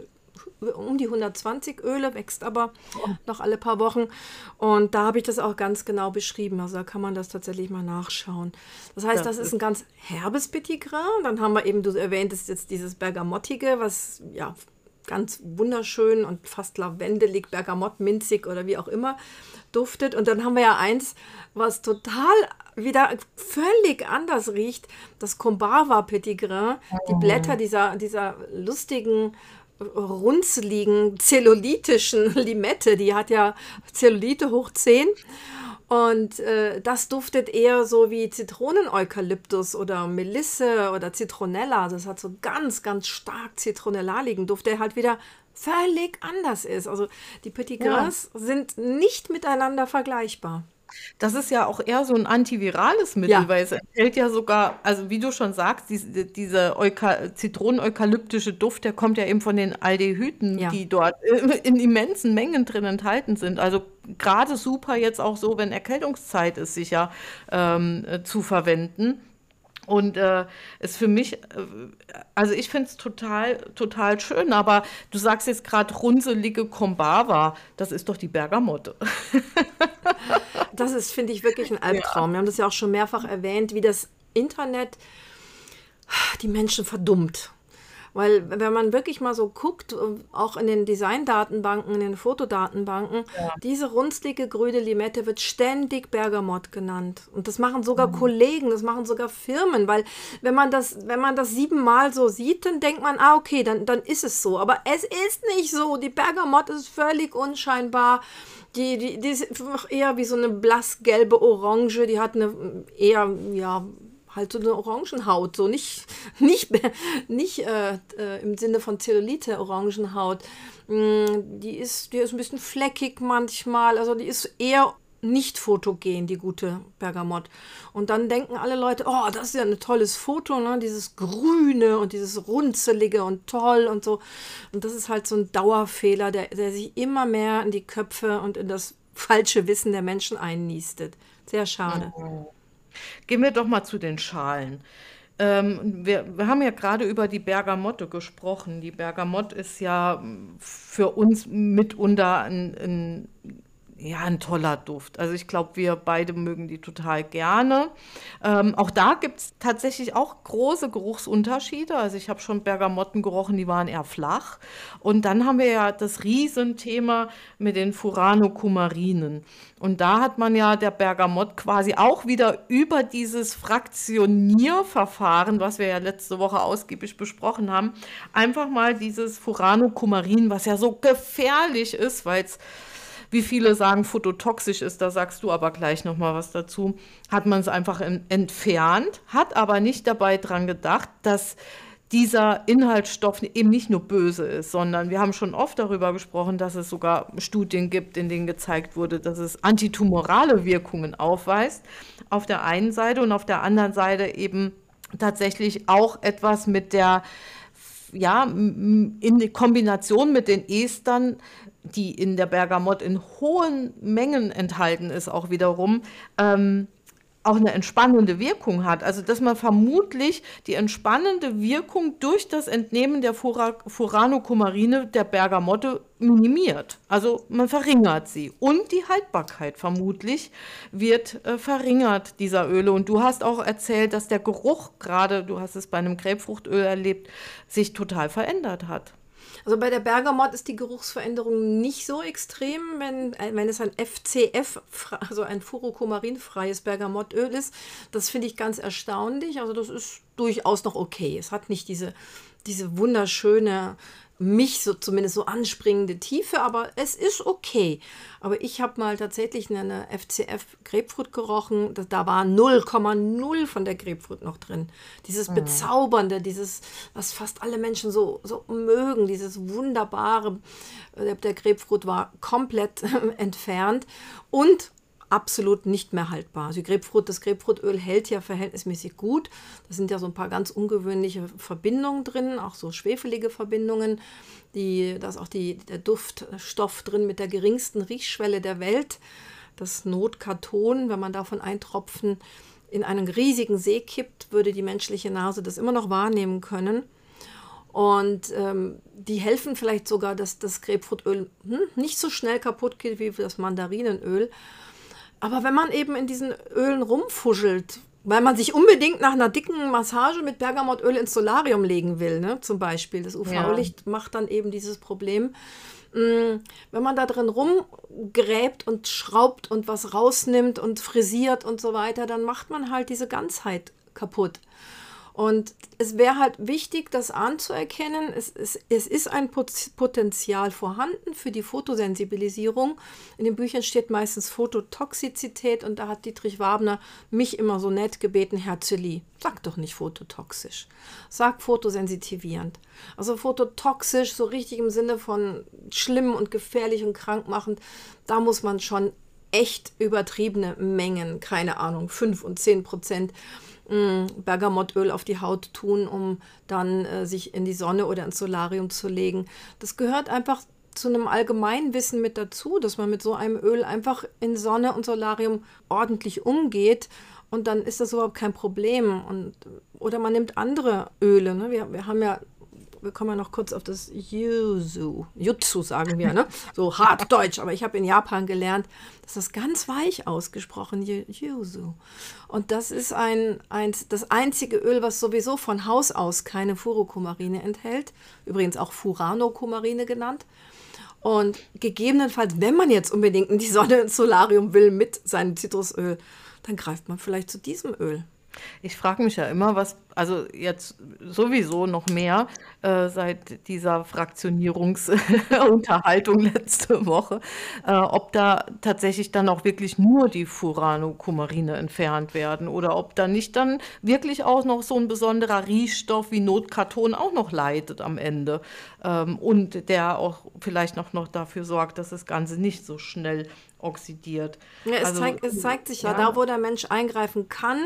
um die hundertzwanzig Öle, wächst aber noch alle paar Wochen. Und da habe ich das auch ganz genau beschrieben. Also da kann man das tatsächlich mal nachschauen. Das heißt, Das das ist ist ein ganz herbes Petit Grain. Dann haben wir eben, du erwähntest jetzt dieses Bergamottige, was ja ganz wunderschön und fast lavendelig, Bergamott, minzig oder wie auch immer duftet. Und dann haben wir ja eins, was total wieder völlig anders riecht, das Combava Petit Grain. Die Blätter dieser, dieser lustigen, runzligen, zellulitischen Limette, die hat ja Zellulite hoch zehn. Und äh, das duftet eher so wie Zitroneneukalyptus oder Melisse oder Zitronella. Das hat so ganz, ganz stark zitronellaligen Duft, der halt wieder völlig anders ist. Also die Petit Ja. Grains sind nicht miteinander vergleichbar. Das ist ja auch eher so ein antivirales Mittel, Ja, weil es enthält ja sogar, also wie du schon sagst, diese, diese Euka Zitronen-eukalyptische Duft, der kommt ja eben von den Aldehyden, ja. die dort äh, in immensen Mengen drin enthalten sind. Also gerade super jetzt auch so, wenn Erkältungszeit ist, sicher ähm, äh, zu verwenden. Und äh, ist für mich, äh, also ich finde es total, total schön, aber du sagst jetzt gerade runzelige Kombava, das ist doch die Bergamotte. Das ist, finde ich, wirklich ein Ja. Albtraum. Wir haben das ja auch schon mehrfach erwähnt, wie das Internet die Menschen verdummt. Weil wenn man wirklich mal so guckt, auch in den Designdatenbanken, in den Fotodatenbanken, diese runzlige grüne Limette wird ständig Bergamott genannt. Und das machen sogar Kollegen, das machen sogar Firmen, weil wenn man das, wenn man das siebenmal so sieht, dann denkt man, ah, okay, dann, dann ist es so. Aber es ist nicht so. Die Bergamott ist völlig unscheinbar. Die, die, die ist eher wie so eine blassgelbe Orange, die hat eine eher, ja, halt so eine Orangenhaut, so nicht, nicht, nicht äh, äh, im Sinne von Zellulite Orangenhaut. Mm, Die ist, die ist ein bisschen fleckig manchmal, also die ist eher nicht fotogen, die gute Bergamott. Und dann denken alle Leute, oh, das ist ja ein tolles Foto, ne? Dieses Grüne und dieses Runzelige und toll und so. Und das ist halt so ein Dauerfehler, der, der sich immer mehr in die Köpfe und in das falsche Wissen der Menschen einnistet. Sehr schade. Gehen wir doch mal zu den Schalen. Ähm, wir, wir haben ja gerade über die Bergamotte gesprochen. Die Bergamotte ist ja mm, für uns mitunter ein, ein, ja, ein toller Duft. Also ich glaube, wir beide mögen die total gerne. Ähm, auch da gibt es tatsächlich auch große Geruchsunterschiede. Also ich habe schon Bergamotten gerochen, die waren eher flach. Und dann haben wir ja das Riesenthema mit den Furano-Kumarinen. Und da hat man ja der Bergamott quasi auch wieder über dieses Fraktionierverfahren, was wir ja letzte Woche ausgiebig besprochen haben, einfach mal dieses Furano-Kumarin, was ja so gefährlich ist, weil es, wie viele sagen, phototoxisch ist, da sagst du aber gleich nochmal was dazu, hat man es einfach en- entfernt, hat aber nicht dabei dran gedacht, dass dieser Inhaltsstoff eben nicht nur böse ist, sondern wir haben schon oft darüber gesprochen, dass es sogar Studien gibt, in denen gezeigt wurde, dass es antitumorale Wirkungen aufweist, auf der einen Seite und auf der anderen Seite eben tatsächlich auch etwas mit der, ja, m- in Kombination mit den Estern, die in der Bergamott in hohen Mengen enthalten ist, auch wiederum, ähm, auch eine entspannende Wirkung hat. Also dass man vermutlich die entspannende Wirkung durch das Entnehmen der Fura Furanokumarine der Bergamotte minimiert. Also man verringert sie. Und die Haltbarkeit vermutlich wird äh, verringert dieser Öle. Und du hast auch erzählt, dass der Geruch, gerade du hast es bei einem Grapefruchtöl erlebt, sich total verändert hat. Also bei der Bergamott ist die Geruchsveränderung nicht so extrem, wenn, wenn es ein F C F, also ein furokumarinfreies Bergamottöl ist. Das finde ich ganz erstaunlich. Also das ist durchaus noch okay. Es hat nicht diese, diese wunderschöne, mich so zumindest so anspringende Tiefe, aber es ist okay. Aber ich habe mal tatsächlich eine F C F Grapefruit gerochen, da, da war null Komma null von der Grapefruit noch drin. Dieses Bezaubernde, dieses, was fast alle Menschen so, so mögen, dieses Wunderbare, äh, der Grapefruit war komplett entfernt und absolut nicht mehr haltbar. Also die Grapefruit, das Grapefruitöl hält ja verhältnismäßig gut. Da sind ja so ein paar ganz ungewöhnliche Verbindungen drin, auch so schwefelige Verbindungen. Die, da ist auch die, der Duftstoff drin mit der geringsten Riechschwelle der Welt, das Notkaton. Wenn man davon ein Tropfen in einen riesigen See kippt, würde die menschliche Nase das immer noch wahrnehmen können. Und ähm, die helfen vielleicht sogar, dass das Grapefruitöl hm, nicht so schnell kaputt geht wie das Mandarinenöl. Aber wenn man eben in diesen Ölen rumfuschelt, weil man sich unbedingt nach einer dicken Massage mit Bergamottöl ins Solarium legen will, ne, zum Beispiel, das U Ja. V-Licht macht dann eben dieses Problem. Mm, Wenn man da drin rumgräbt und schraubt und was rausnimmt und frisiert und so weiter, dann macht man halt diese Ganzheit kaputt. Und es wäre halt wichtig, das anzuerkennen. Es, es, es ist ein Pot- Potenzial vorhanden für die Fotosensibilisierung. In den Büchern steht meistens Phototoxizität und da hat Dietrich Wabner mich immer so nett gebeten, Herr Zilli, sag doch nicht phototoxisch, sag fotosensitivierend. Also phototoxisch, so richtig im Sinne von schlimm und gefährlich und krankmachend, da muss man schon echt übertriebene Mengen, keine Ahnung, fünf und zehn Prozent mh, Bergamottöl auf die Haut tun, um dann äh, sich in die Sonne oder ins Solarium zu legen. Das gehört einfach zu einem Allgemeinwissen mit dazu, dass man mit so einem Öl einfach in Sonne und Solarium ordentlich umgeht. Und dann ist das überhaupt kein Problem. Und, oder man nimmt andere Öle. Ne? Wir, wir haben ja, wir kommen ja noch kurz auf das Yuzu. Jutsu sagen wir, ne? So hart Deutsch. Aber ich habe in Japan gelernt, dass das ganz weich ausgesprochen Yuzu. Und das ist ein, ein, das einzige Öl, was sowieso von Haus aus keine Furokumarine enthält. Übrigens auch Furanokumarine genannt. Und gegebenenfalls, wenn man jetzt unbedingt in die Sonne ins Solarium will mit seinem Zitrusöl, dann greift man vielleicht zu diesem Öl. Ich frage mich ja immer, was, also jetzt sowieso noch mehr äh, seit dieser Fraktionierungsunterhaltung letzte Woche, äh, ob da tatsächlich dann auch wirklich nur die Furanokumarine entfernt werden oder ob da nicht dann wirklich auch noch so ein besonderer Riechstoff wie Notkarton auch noch leidet am Ende ähm, und der auch vielleicht noch, noch dafür sorgt, dass das Ganze nicht so schnell oxidiert. Ja, es, Also, zeigt, es zeigt sich ja, ja. da wo der Mensch eingreifen kann,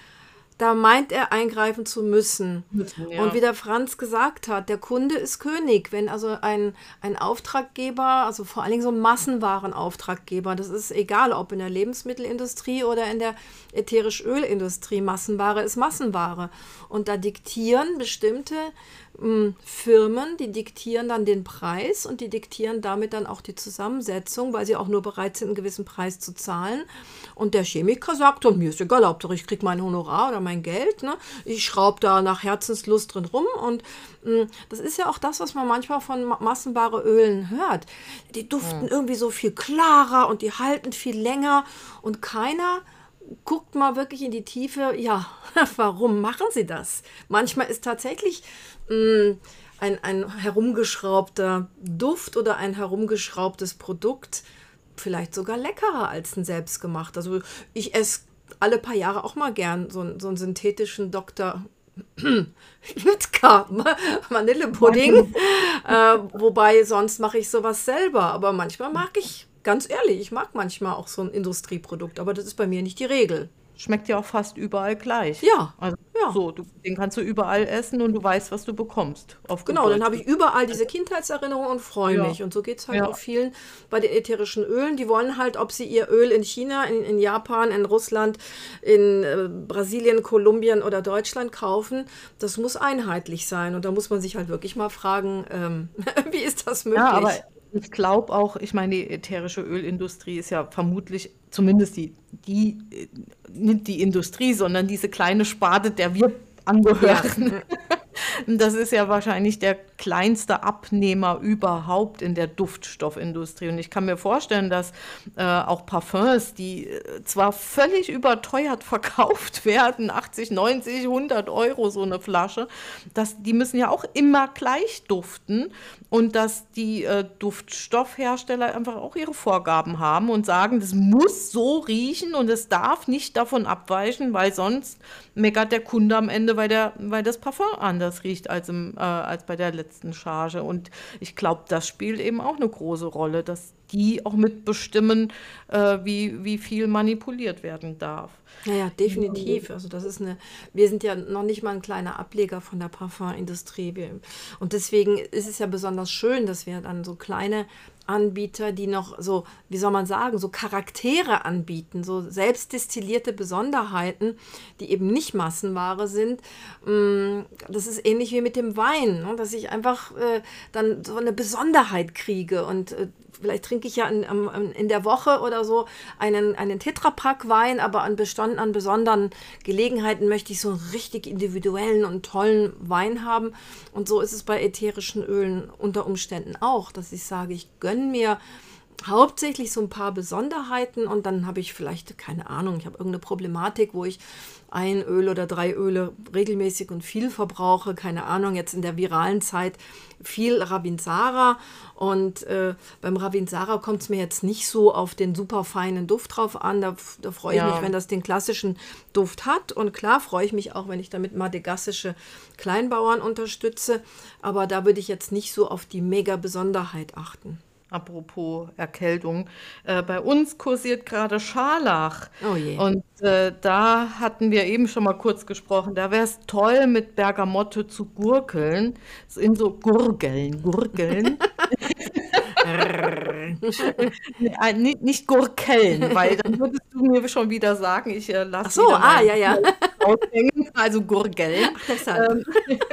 da meint er eingreifen zu müssen. Müssen, ja. Und wie der Franz gesagt hat, der Kunde ist König. Wenn also ein, ein Auftraggeber, also vor allen Dingen so ein Massenwarenauftraggeber, das ist egal, ob in der Lebensmittelindustrie oder in der ätherisch-Ölindustrie, Massenware ist Massenware. Und da diktieren bestimmte mh, Firmen, die diktieren dann den Preis und die diktieren damit dann auch die Zusammensetzung, weil sie auch nur bereit sind, einen gewissen Preis zu zahlen. Und der Chemiker sagt, mir ist egal, Hauptsache ich kriege mein Honorar oder mein Geld. Ne? Ich schraube da nach Herzenslust drin rum. Und mh, das ist ja auch das, was man manchmal von Ma- Massenware Ölen hört. Die duften irgendwie so viel klarer und die halten viel länger. Und keiner guckt mal wirklich in die Tiefe, ja, warum machen sie das? Manchmal ist tatsächlich mh, ein, ein herumgeschraubter Duft oder ein herumgeschraubtes Produkt vielleicht sogar leckerer als ein selbstgemacht. Also ich esse alle paar Jahre auch mal gern so, einen- so einen synthetischen Doktor Lütka Vanillepudding, äh, wobei sonst mache ich sowas selber. Aber manchmal mag ich, ganz ehrlich, ich mag manchmal auch so ein Industrieprodukt, aber das ist bei mir nicht die Regel. Schmeckt ja auch fast überall gleich. Ja, Also ja. so, du, den kannst du überall essen und du weißt, was du bekommst. Auf gut Genau, dann Deutsch. habe ich überall diese Kindheitserinnerungen und freue Ja. mich. Und so geht es halt Ja. auch vielen bei den ätherischen Ölen. Die wollen halt, ob sie ihr Öl in China, in, in Japan, in Russland, in äh, Brasilien, Kolumbien oder Deutschland kaufen, das muss einheitlich sein. Und da muss man sich halt wirklich mal fragen, ähm, wie ist das möglich? Ja, aber ich glaube auch, ich meine, die ätherische Ölindustrie ist ja vermutlich, zumindest die, die, äh, nicht die Industrie, sondern diese kleine Sparte, der wir angehören. Das ist ja wahrscheinlich der kleinste Abnehmer überhaupt in der Duftstoffindustrie. Und ich kann mir vorstellen, dass äh, auch Parfums, die äh, zwar völlig überteuert verkauft werden, achtzig, neunzig, hundert Euro so eine Flasche, dass, die müssen ja auch immer gleich duften und dass die äh, Duftstoffhersteller einfach auch ihre Vorgaben haben und sagen, das muss so riechen und es darf nicht davon abweichen, weil sonst meckert der Kunde am Ende, weil, der, weil das Parfum anders riecht als, im, äh, als bei der letzten Charge. Und ich glaube, das spielt eben auch eine große Rolle, dass die auch mitbestimmen, äh, wie, wie viel manipuliert werden darf. Ja, ja, definitiv. Also das ist eine, wir sind ja noch nicht mal ein kleiner Ableger von der Parfumindustrie. Wir, und deswegen ist es ja besonders schön, dass wir dann so kleine Anbieter, die noch so, wie soll man sagen, so Charaktere anbieten, so selbstdestillierte Besonderheiten, die eben nicht Massenware sind. Mm, Das ist ähnlich wie mit dem Wein, ne? Dass ich einfach äh, dann so eine Besonderheit kriege und äh, vielleicht trinke ich ja in, am- am- in der Woche oder so einen, einen Tetrapack Wein, aber an, Bestand, an besonderen Gelegenheiten möchte ich so einen richtig individuellen und tollen Wein haben. Und so ist es bei ätherischen Ölen unter Umständen auch, dass ich sage, ich gönne mir hauptsächlich so ein paar Besonderheiten und dann habe ich vielleicht, keine Ahnung, ich habe irgendeine Problematik, wo ich ein Öl oder drei Öle regelmäßig und viel verbrauche, keine Ahnung, jetzt in der viralen Zeit viel Ravinsara und äh, beim Ravinsara kommt es mir jetzt nicht so auf den super feinen Duft drauf an, da, da freue ich Ja. mich, wenn das den klassischen Duft hat und klar freue ich mich auch, wenn ich damit madagassische Kleinbauern unterstütze, aber da würde ich jetzt nicht so auf die Mega-Besonderheit achten. apropos Erkältung. Äh, bei uns kursiert gerade Scharlach. Oh je. Und äh, da hatten wir eben schon mal kurz gesprochen. Da wäre es toll, mit Bergamotte zu gurkeln. So in so Gurgeln, Gurgeln. Äh, nicht, nicht Gurkeln, weil dann würdest du mir schon wieder sagen, ich äh, Ach lasse so, wieder ah, mein ja, ja. raushängen. Also Gurgeln. Ach, deshalb. Ähm,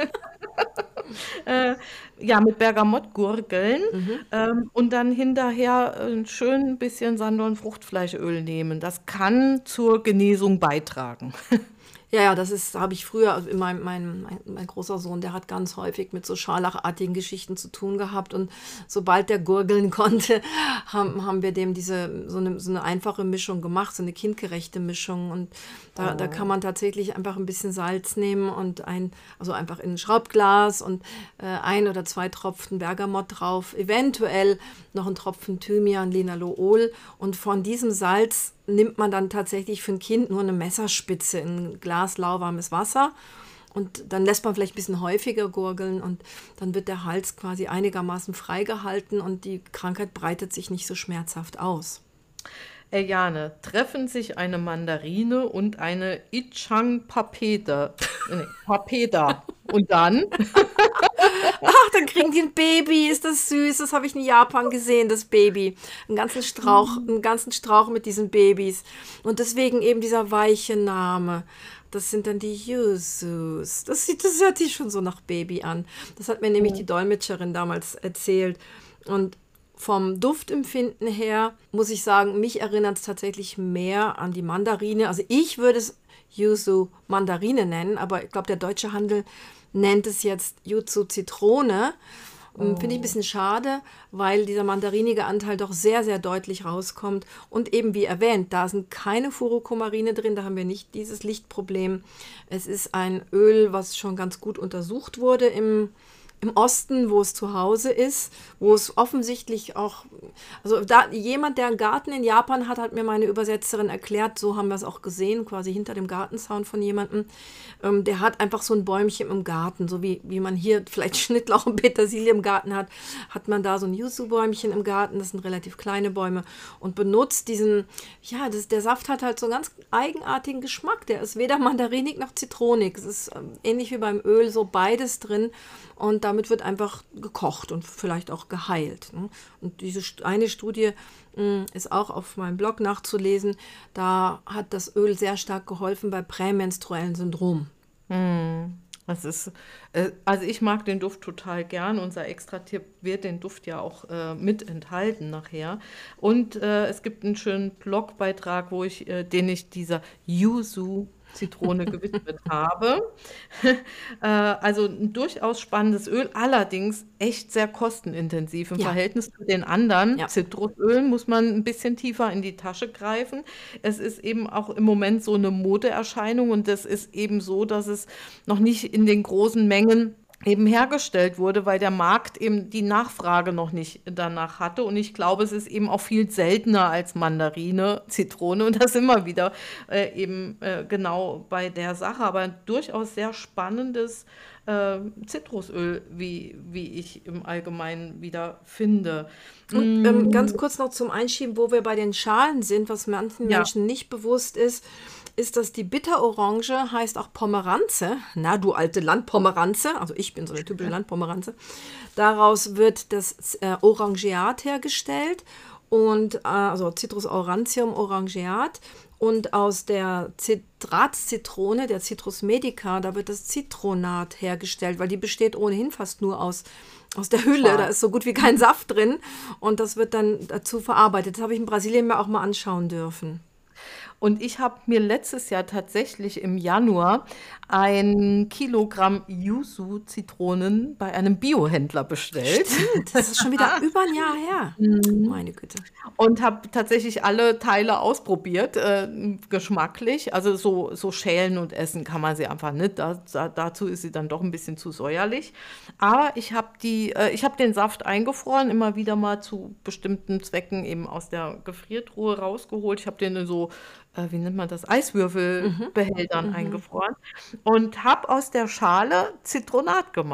äh, ja, mit Bergamottgurgeln Mhm. ähm, und dann hinterher ein schön bisschen Sand- und Fruchtfleischöl nehmen. Das kann zur Genesung beitragen. Ja, ja, das ist, habe ich früher, also mein, mein, mein, mein großer Sohn, der hat ganz häufig mit so scharlachartigen Geschichten zu tun gehabt. Und sobald der gurgeln konnte, haben, haben wir dem diese, so eine, so eine einfache Mischung gemacht, so eine kindgerechte Mischung. Und da, da kann Oh. man tatsächlich einfach ein bisschen Salz nehmen und ein, also einfach in ein Schraubglas und äh, ein oder zwei Tropfen Bergamott drauf, eventuell noch ein Tropfen Thymian, Linalool. Und von diesem Salz nimmt man dann tatsächlich für ein Kind nur eine Messerspitze in ein Glas lauwarmes Wasser und dann lässt man vielleicht ein bisschen häufiger gurgeln und dann wird der Hals quasi einigermaßen freigehalten und die Krankheit breitet sich nicht so schmerzhaft aus. Ey, Jane, treffen sich eine Mandarine und eine Ichang Papeda. Nee, Papeda. Und dann? Ach, dann kriegen die ein Baby, ist das süß, das habe ich in Japan gesehen, das Baby. Einen ganzen Strauch, einen ganzen Strauch mit diesen Babys. Und deswegen eben dieser weiche Name. Das sind dann die Yuzus. Das sieht, das hört sich schon so nach Baby an. Das hat mir nämlich die Dolmetscherin damals erzählt. Und vom Duftempfinden her muss ich sagen, mich erinnert es tatsächlich mehr an die Mandarine. Also ich würde es Yuzu Mandarine nennen, aber ich glaube, der deutsche Handel nennt es jetzt Yuzu Zitrone. Ähm, Finde ich ein bisschen schade, weil dieser mandarinige Anteil doch sehr, sehr deutlich rauskommt. Und eben wie erwähnt, da sind keine Furokumarine drin, da haben wir nicht dieses Lichtproblem. Es ist ein Öl, was schon ganz gut untersucht wurde im im Osten, wo es zu Hause ist, wo es offensichtlich auch, also da jemand, der einen Garten in Japan hat, hat mir meine Übersetzerin erklärt, so haben wir es auch gesehen, quasi hinter dem Gartenzaun von jemandem, ähm, der hat einfach so ein Bäumchen im Garten, so wie, wie man hier vielleicht Schnittlauch und Petersilie im Garten hat, hat man da so ein Yuzu-Bäumchen im Garten, das sind relativ kleine Bäume und benutzt diesen, ja, das, der Saft hat halt so einen ganz eigenartigen Geschmack, der ist weder mandarinig noch zitronig, es ist ähm, ähnlich wie beim Öl, so beides drin. Und damit wird einfach gekocht und vielleicht auch geheilt. Ne? Und diese eine Studie mh, ist auch auf meinem Blog nachzulesen. Da hat das Öl sehr stark geholfen bei prämenstruellen Syndrom. Hm. Das ist, äh, also ich mag den Duft total gern. Unser Extra-Tipp wird den Duft ja auch äh, mit enthalten nachher. Und äh, es gibt einen schönen Blogbeitrag, wo ich, äh, den ich dieser Yuzu Zitrone gewidmet habe. äh, also ein durchaus spannendes Öl, allerdings echt sehr kostenintensiv. Im Ja, Verhältnis zu den anderen ja. Zitrusölen muss man ein bisschen tiefer in die Tasche greifen. Es ist eben auch im Moment so eine Modeerscheinung und es ist eben so, dass es noch nicht in den großen Mengen eben hergestellt wurde, weil der Markt eben die Nachfrage noch nicht danach hatte. Und ich glaube, es ist eben auch viel seltener als Mandarine, Zitrone. Und da sind wir wieder äh, eben äh, genau bei der Sache. Aber ein durchaus sehr spannendes äh, Zitrusöl, wie, wie ich im Allgemeinen wieder finde. Und ähm, ganz Mm, kurz noch zum Einschieben, wo wir bei den Schalen sind, was manchen ja. Menschen nicht bewusst ist, ist, dass die Bitterorange heißt auch Pomeranze. Na, du alte Landpomeranze. Also ich bin so eine typische Landpomeranze. Daraus wird das äh, Orangeat hergestellt und äh, also Citrus aurantium orangeat. Und aus der Zitratzitrone, der Citrus medica, da wird das Zitronat hergestellt, weil die besteht ohnehin fast nur aus, aus der Hülle. Da Schal. ist so gut wie kein Saft drin und das wird dann dazu verarbeitet. Das habe ich in Brasilien mir auch mal anschauen dürfen. Und ich habe mir letztes Jahr tatsächlich im Januar ein Kilogramm Yuzu-Zitronen bei einem Biohändler bestellt. Stimmt, das ist schon wieder über ein Jahr her. Meine Güte. Und habe tatsächlich alle Teile ausprobiert, äh, geschmacklich. Also so, so schälen und essen kann man sie einfach nicht. Da, da, dazu ist sie dann doch ein bisschen zu säuerlich. Aber ich habe die, äh, ich habe den Saft eingefroren, immer wieder mal zu bestimmten Zwecken eben aus der Gefriertruhe rausgeholt. Ich habe den in so, äh, wie nennt man das, Eiswürfelbehältern eingefroren und habe aus der Schale Zitronat gemacht.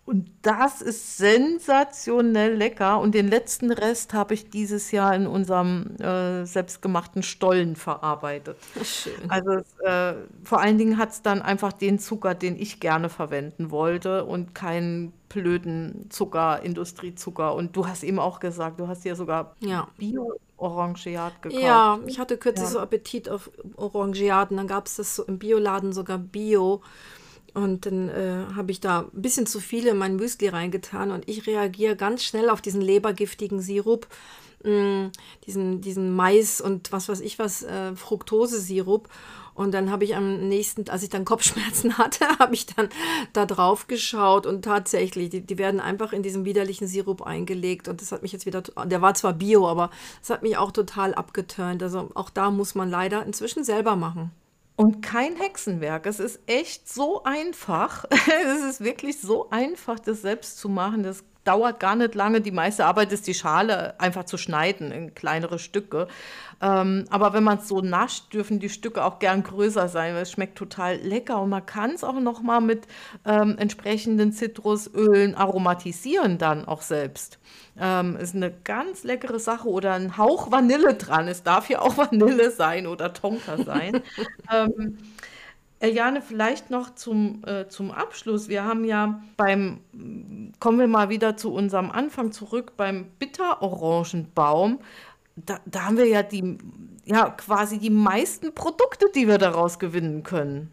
Und das ist sensationell lecker. Und den letzten Rest habe ich dieses Jahr in unserem äh, selbstgemachten Stollen verarbeitet. Schön. Also es, äh, vor allen Dingen hat es dann einfach den Zucker, den ich gerne verwenden wollte und keinen blöden Zucker, Industriezucker. Und du hast eben auch gesagt, du hast ja sogar Ja. Bio-Orangeat gekauft. Ja, ich hatte kürzlich Ja. so Appetit auf Orangeaden, dann gab es das so im Bioladen sogar Bio. Und dann äh, habe ich da ein bisschen zu viel in mein Müsli reingetan und ich reagiere ganz schnell auf diesen lebergiftigen Sirup, mh, diesen, diesen Mais und was weiß ich was, äh, Fructose-Sirup. Und dann habe ich am nächsten, als ich dann Kopfschmerzen hatte, habe ich dann da drauf geschaut und tatsächlich, die, die werden einfach in diesem widerlichen Sirup eingelegt und das hat mich jetzt wieder, der war zwar Bio, aber das hat mich auch total abgeturnt. Also auch da muss man leider inzwischen selber machen. Und kein Hexenwerk. Es ist echt so einfach. Es ist wirklich so einfach, das selbst zu machen. Das dauert gar nicht lange. Die meiste Arbeit ist, die Schale einfach zu schneiden in kleinere Stücke. Ähm, aber wenn man es so nascht, dürfen die Stücke auch gern größer sein, weil es schmeckt total lecker. Und man kann es auch noch mal mit ähm, entsprechenden Zitrusölen aromatisieren dann auch selbst. Ähm, ist eine ganz leckere Sache oder ein Hauch Vanille dran. Es darf ja auch Vanille sein oder Tonka sein. ähm, Eliane, vielleicht noch zum, äh, zum Abschluss. Wir haben ja beim, kommen wir mal wieder zu unserem Anfang zurück, beim Bitterorangenbaum. Da, da haben wir ja die, ja quasi die meisten Produkte, die wir daraus gewinnen können.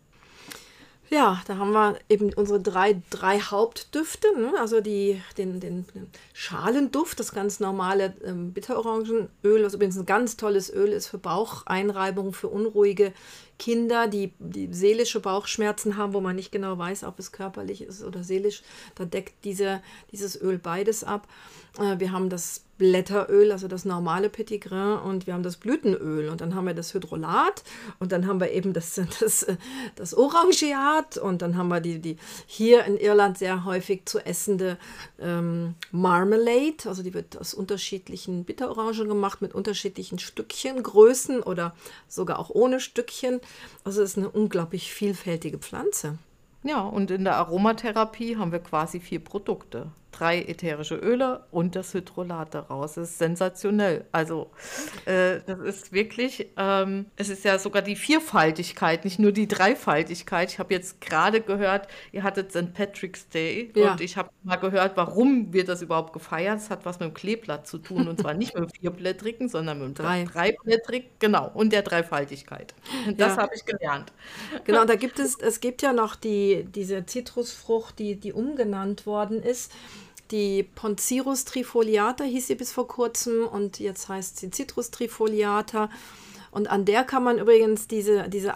Ja, da haben wir eben unsere drei, drei Hauptdüfte, ne? Also die, den, den Schalenduft, das ganz normale ähm, Bitterorangenöl, was übrigens ein ganz tolles Öl ist für Baucheinreibung, für unruhige Kinder, die, die seelische Bauchschmerzen haben, wo man nicht genau weiß, ob es körperlich ist oder seelisch. Da deckt diese, dieses Öl beides ab. Äh, wir haben das Blätteröl, also das normale Petit Grain, und wir haben das Blütenöl und dann haben wir das Hydrolat und dann haben wir eben das, das, das Orangeat und dann haben wir die, die hier in Irland sehr häufig zu essende ähm, Marmalade, also die wird aus unterschiedlichen Bitterorangen gemacht mit unterschiedlichen Stückchen, Größen oder sogar auch ohne Stückchen. Also es ist eine unglaublich vielfältige Pflanze. Ja, und in der Aromatherapie haben wir quasi vier Produkte. Drei ätherische Öle und das Hydrolat daraus. Das ist sensationell. Also äh, das ist wirklich, ähm, es ist ja sogar die Vierfaltigkeit, nicht nur die Dreifaltigkeit. Ich habe jetzt gerade gehört, ihr hattet Sankt Patrick's Day Ja. und ich habe mal gehört, warum wird das überhaupt gefeiert. Es hat was mit dem Kleeblatt zu tun und zwar nicht mit dem vierblättrigen, sondern mit dem Drei. dreiblättrigen, genau, und der Dreifaltigkeit. Und das Ja. habe ich gelernt. Genau, da gibt es, es gibt ja noch die, diese Zitrusfrucht, die, die umgenannt worden ist. Die Poncirus trifoliata hieß sie bis vor kurzem und jetzt heißt sie Citrus trifoliata. Und an der kann man übrigens diese, diese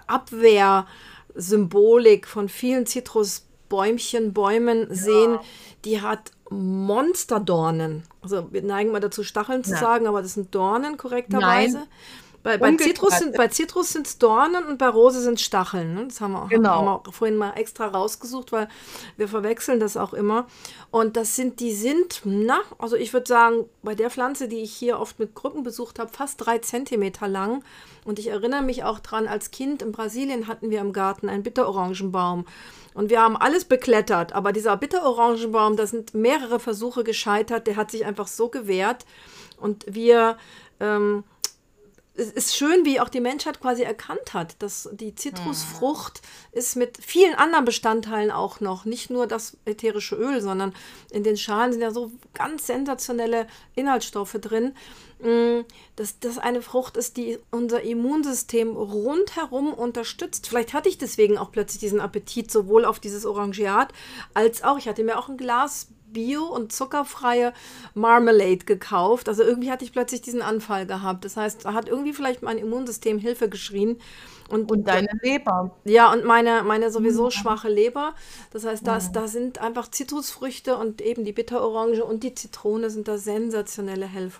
Abwehrsymbolik von vielen Zitrusbäumchen, Bäumen sehen. Die hat Monsterdornen. Also wir neigen mal dazu, Stacheln zu Ja. sagen, aber das sind Dornen korrekterweise. Nein. Bei, bei Umgekehrt. Zitrus sind bei Zitrus sind es Dornen und bei Rose sind es Stacheln. Ne? Das haben wir, auch, Genau. haben wir auch vorhin mal extra rausgesucht, weil wir verwechseln das auch immer. Und das sind, die sind, na, also ich würde sagen, bei der Pflanze, die ich hier oft mit Gruppen besucht habe, fast drei Zentimeter lang. Und ich erinnere mich auch dran, als Kind in Brasilien hatten wir im Garten einen Bitterorangenbaum. Und wir haben alles beklettert, aber dieser Bitterorangenbaum, da sind mehrere Versuche gescheitert, der hat sich einfach so gewehrt. Und wir, ähm, es ist schön, wie auch die Menschheit quasi erkannt hat, dass die Zitrusfrucht ist mit vielen anderen Bestandteilen auch noch, nicht nur das ätherische Öl, sondern in den Schalen sind ja so ganz sensationelle Inhaltsstoffe drin, mh, dass das eine Frucht ist, die unser Immunsystem rundherum unterstützt. Vielleicht hatte ich deswegen auch plötzlich diesen Appetit sowohl auf dieses Orangeat als auch, ich hatte mir auch ein Glas Bio- und zuckerfreie Marmalade gekauft. Also irgendwie hatte ich plötzlich diesen Anfall gehabt. Das heißt, da hat irgendwie vielleicht mein Immunsystem Hilfe geschrien. Und, Und deine Leber. ja, und meine, meine sowieso schwache Leber. Das heißt, das, da sind einfach Zitrusfrüchte und eben die Bitterorange und die Zitrone sind da sensationelle Helfer.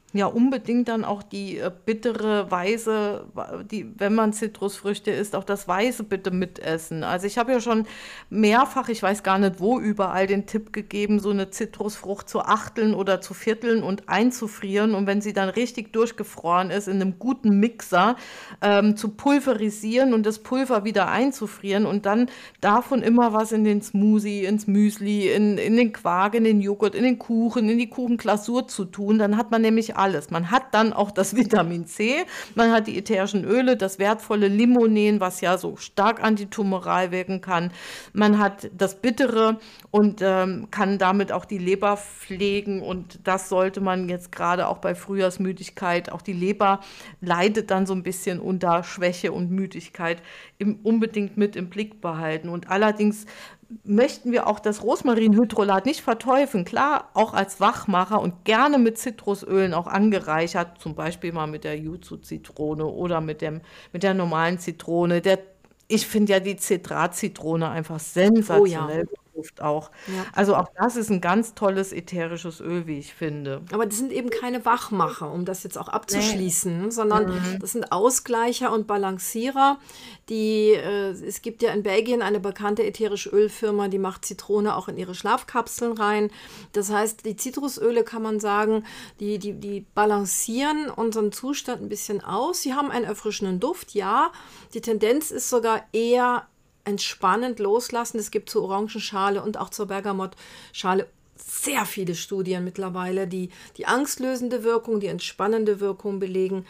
Ja, unbedingt dann auch die äh, bittere, weiße, die, wenn man Zitrusfrüchte isst, auch das Weiße bitte mitessen. Also ich habe ja schon mehrfach, ich weiß gar nicht wo, überall den Tipp gegeben, so eine Zitrusfrucht zu achteln oder zu vierteln und einzufrieren. Und wenn sie dann richtig durchgefroren ist, in einem guten Mixer ähm, zu pulverisieren und das Pulver wieder einzufrieren und dann davon immer was in den Smoothie, ins Müsli, in, in den Quark, in den Joghurt, in den Kuchen, in die Kuchenglasur zu tun. Dann hat man nämlich alles. Man hat dann auch das Vitamin C, man hat die ätherischen Öle, das wertvolle Limonen, was ja so stark antitumoral wirken kann. Man hat das Bittere und ähm, kann damit auch die Leber pflegen und das sollte man jetzt gerade auch bei Frühjahrsmüdigkeit, auch die Leber leidet dann so ein bisschen unter Schwäche und Müdigkeit, im, unbedingt mit im Blick behalten. Und allerdings möchten wir auch das Rosmarinhydrolat nicht verteufeln. Klar, auch als Wachmacher und gerne mit Zitrusölen auch angereichert, zum Beispiel mal mit der Yuzu-Zitrone oder mit, dem, mit der normalen Zitrone. Der, ich finde ja die Cedrat-Zitrone einfach sensationell. Oh ja. Duft auch. Ja. Also auch das ist ein ganz tolles ätherisches Öl, wie ich finde. Aber das sind eben keine Wachmacher, um das jetzt auch abzuschließen, Nee. sondern Mhm. das sind Ausgleicher und Balancierer. Die, äh, es gibt ja in Belgien eine bekannte ätherische Ölfirma, die macht Zitrone auch in ihre Schlafkapseln rein. Das heißt, die Zitrusöle kann man sagen, die, die, die balancieren unseren Zustand ein bisschen aus. Sie haben einen erfrischenden Duft, ja. Die Tendenz ist sogar eher entspannend loslassen. Es gibt zur Orangenschale und auch zur Bergamotschale sehr viele Studien mittlerweile, die die angstlösende Wirkung, die entspannende Wirkung belegen.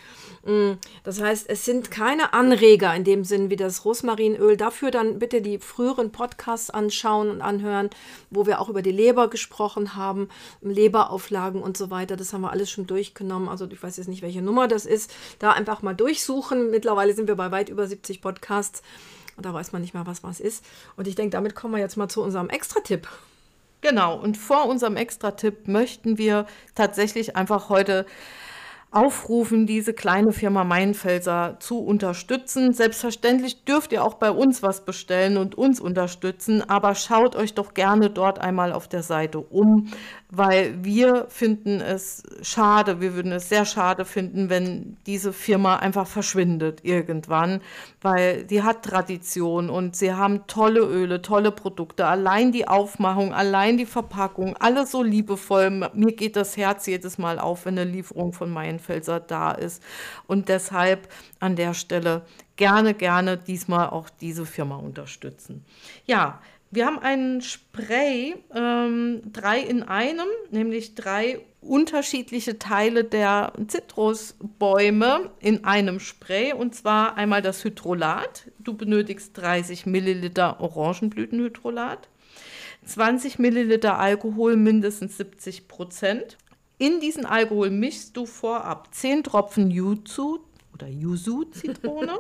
Das heißt, es sind keine Anreger in dem Sinn wie das Rosmarinöl. Dafür dann bitte die früheren Podcasts anschauen und anhören, wo wir auch über die Leber gesprochen haben, Leberauflagen und so weiter. Das haben wir alles schon durchgenommen. Also ich weiß jetzt nicht, welche Nummer das ist. Da einfach mal durchsuchen. Mittlerweile sind wir bei weit über siebzig Podcasts. Und da weiß man nicht mehr, was was ist. Und ich denke, damit kommen wir jetzt mal zu unserem Extra-Tipp. Genau, und vor unserem Extra-Tipp möchten wir tatsächlich einfach heute aufrufen, diese kleine Firma Mainfelser zu unterstützen. Selbstverständlich dürft ihr auch bei uns was bestellen und uns unterstützen, aber schaut euch doch gerne dort einmal auf der Seite um, weil wir finden es schade, wir würden es sehr schade finden, wenn diese Firma einfach verschwindet irgendwann, weil die hat Tradition und sie haben tolle Öle, tolle Produkte, allein die Aufmachung, allein die Verpackung, alles so liebevoll. Mir geht das Herz jedes Mal auf, wenn eine Lieferung von Mainfelser da ist und deshalb an der Stelle gerne, gerne diesmal auch diese Firma unterstützen. Ja, wir haben einen Spray, ähm, drei in einem, nämlich drei unterschiedliche Teile der Zitrusbäume in einem Spray. Und zwar einmal das Hydrolat. Du benötigst dreißig Milliliter Orangenblütenhydrolat, zwanzig Milliliter Alkohol, mindestens siebzig Prozent. In diesen Alkohol mischst du vorab zehn Tropfen Yuzu oder Yuzu-Zitrone,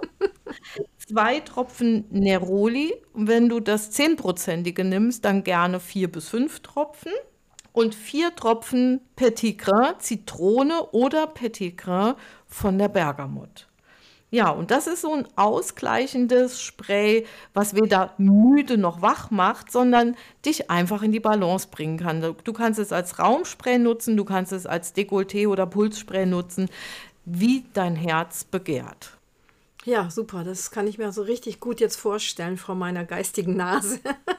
zwei Tropfen Neroli. Wenn du das zehn-prozentige nimmst, dann gerne vier bis fünf Tropfen. Und vier Tropfen Petit Grain, Zitrone oder Petit Grain von der Bergamot. Ja, und das ist so ein ausgleichendes Spray, was weder müde noch wach macht, sondern dich einfach in die Balance bringen kann. Du kannst es als Raumspray nutzen, du kannst es als Dekolleté oder Pulsspray nutzen, wie dein Herz begehrt. Ja, super. Das kann ich mir so richtig gut jetzt vorstellen vor meiner geistigen Nase.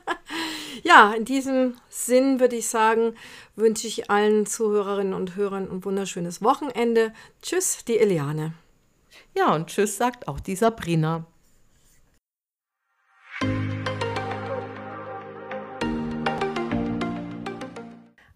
Ja, in diesem Sinn würde ich sagen, wünsche ich allen Zuhörerinnen und Hörern ein wunderschönes Wochenende. Tschüss, die Eliane. Ja, und tschüss sagt auch die Sabrina.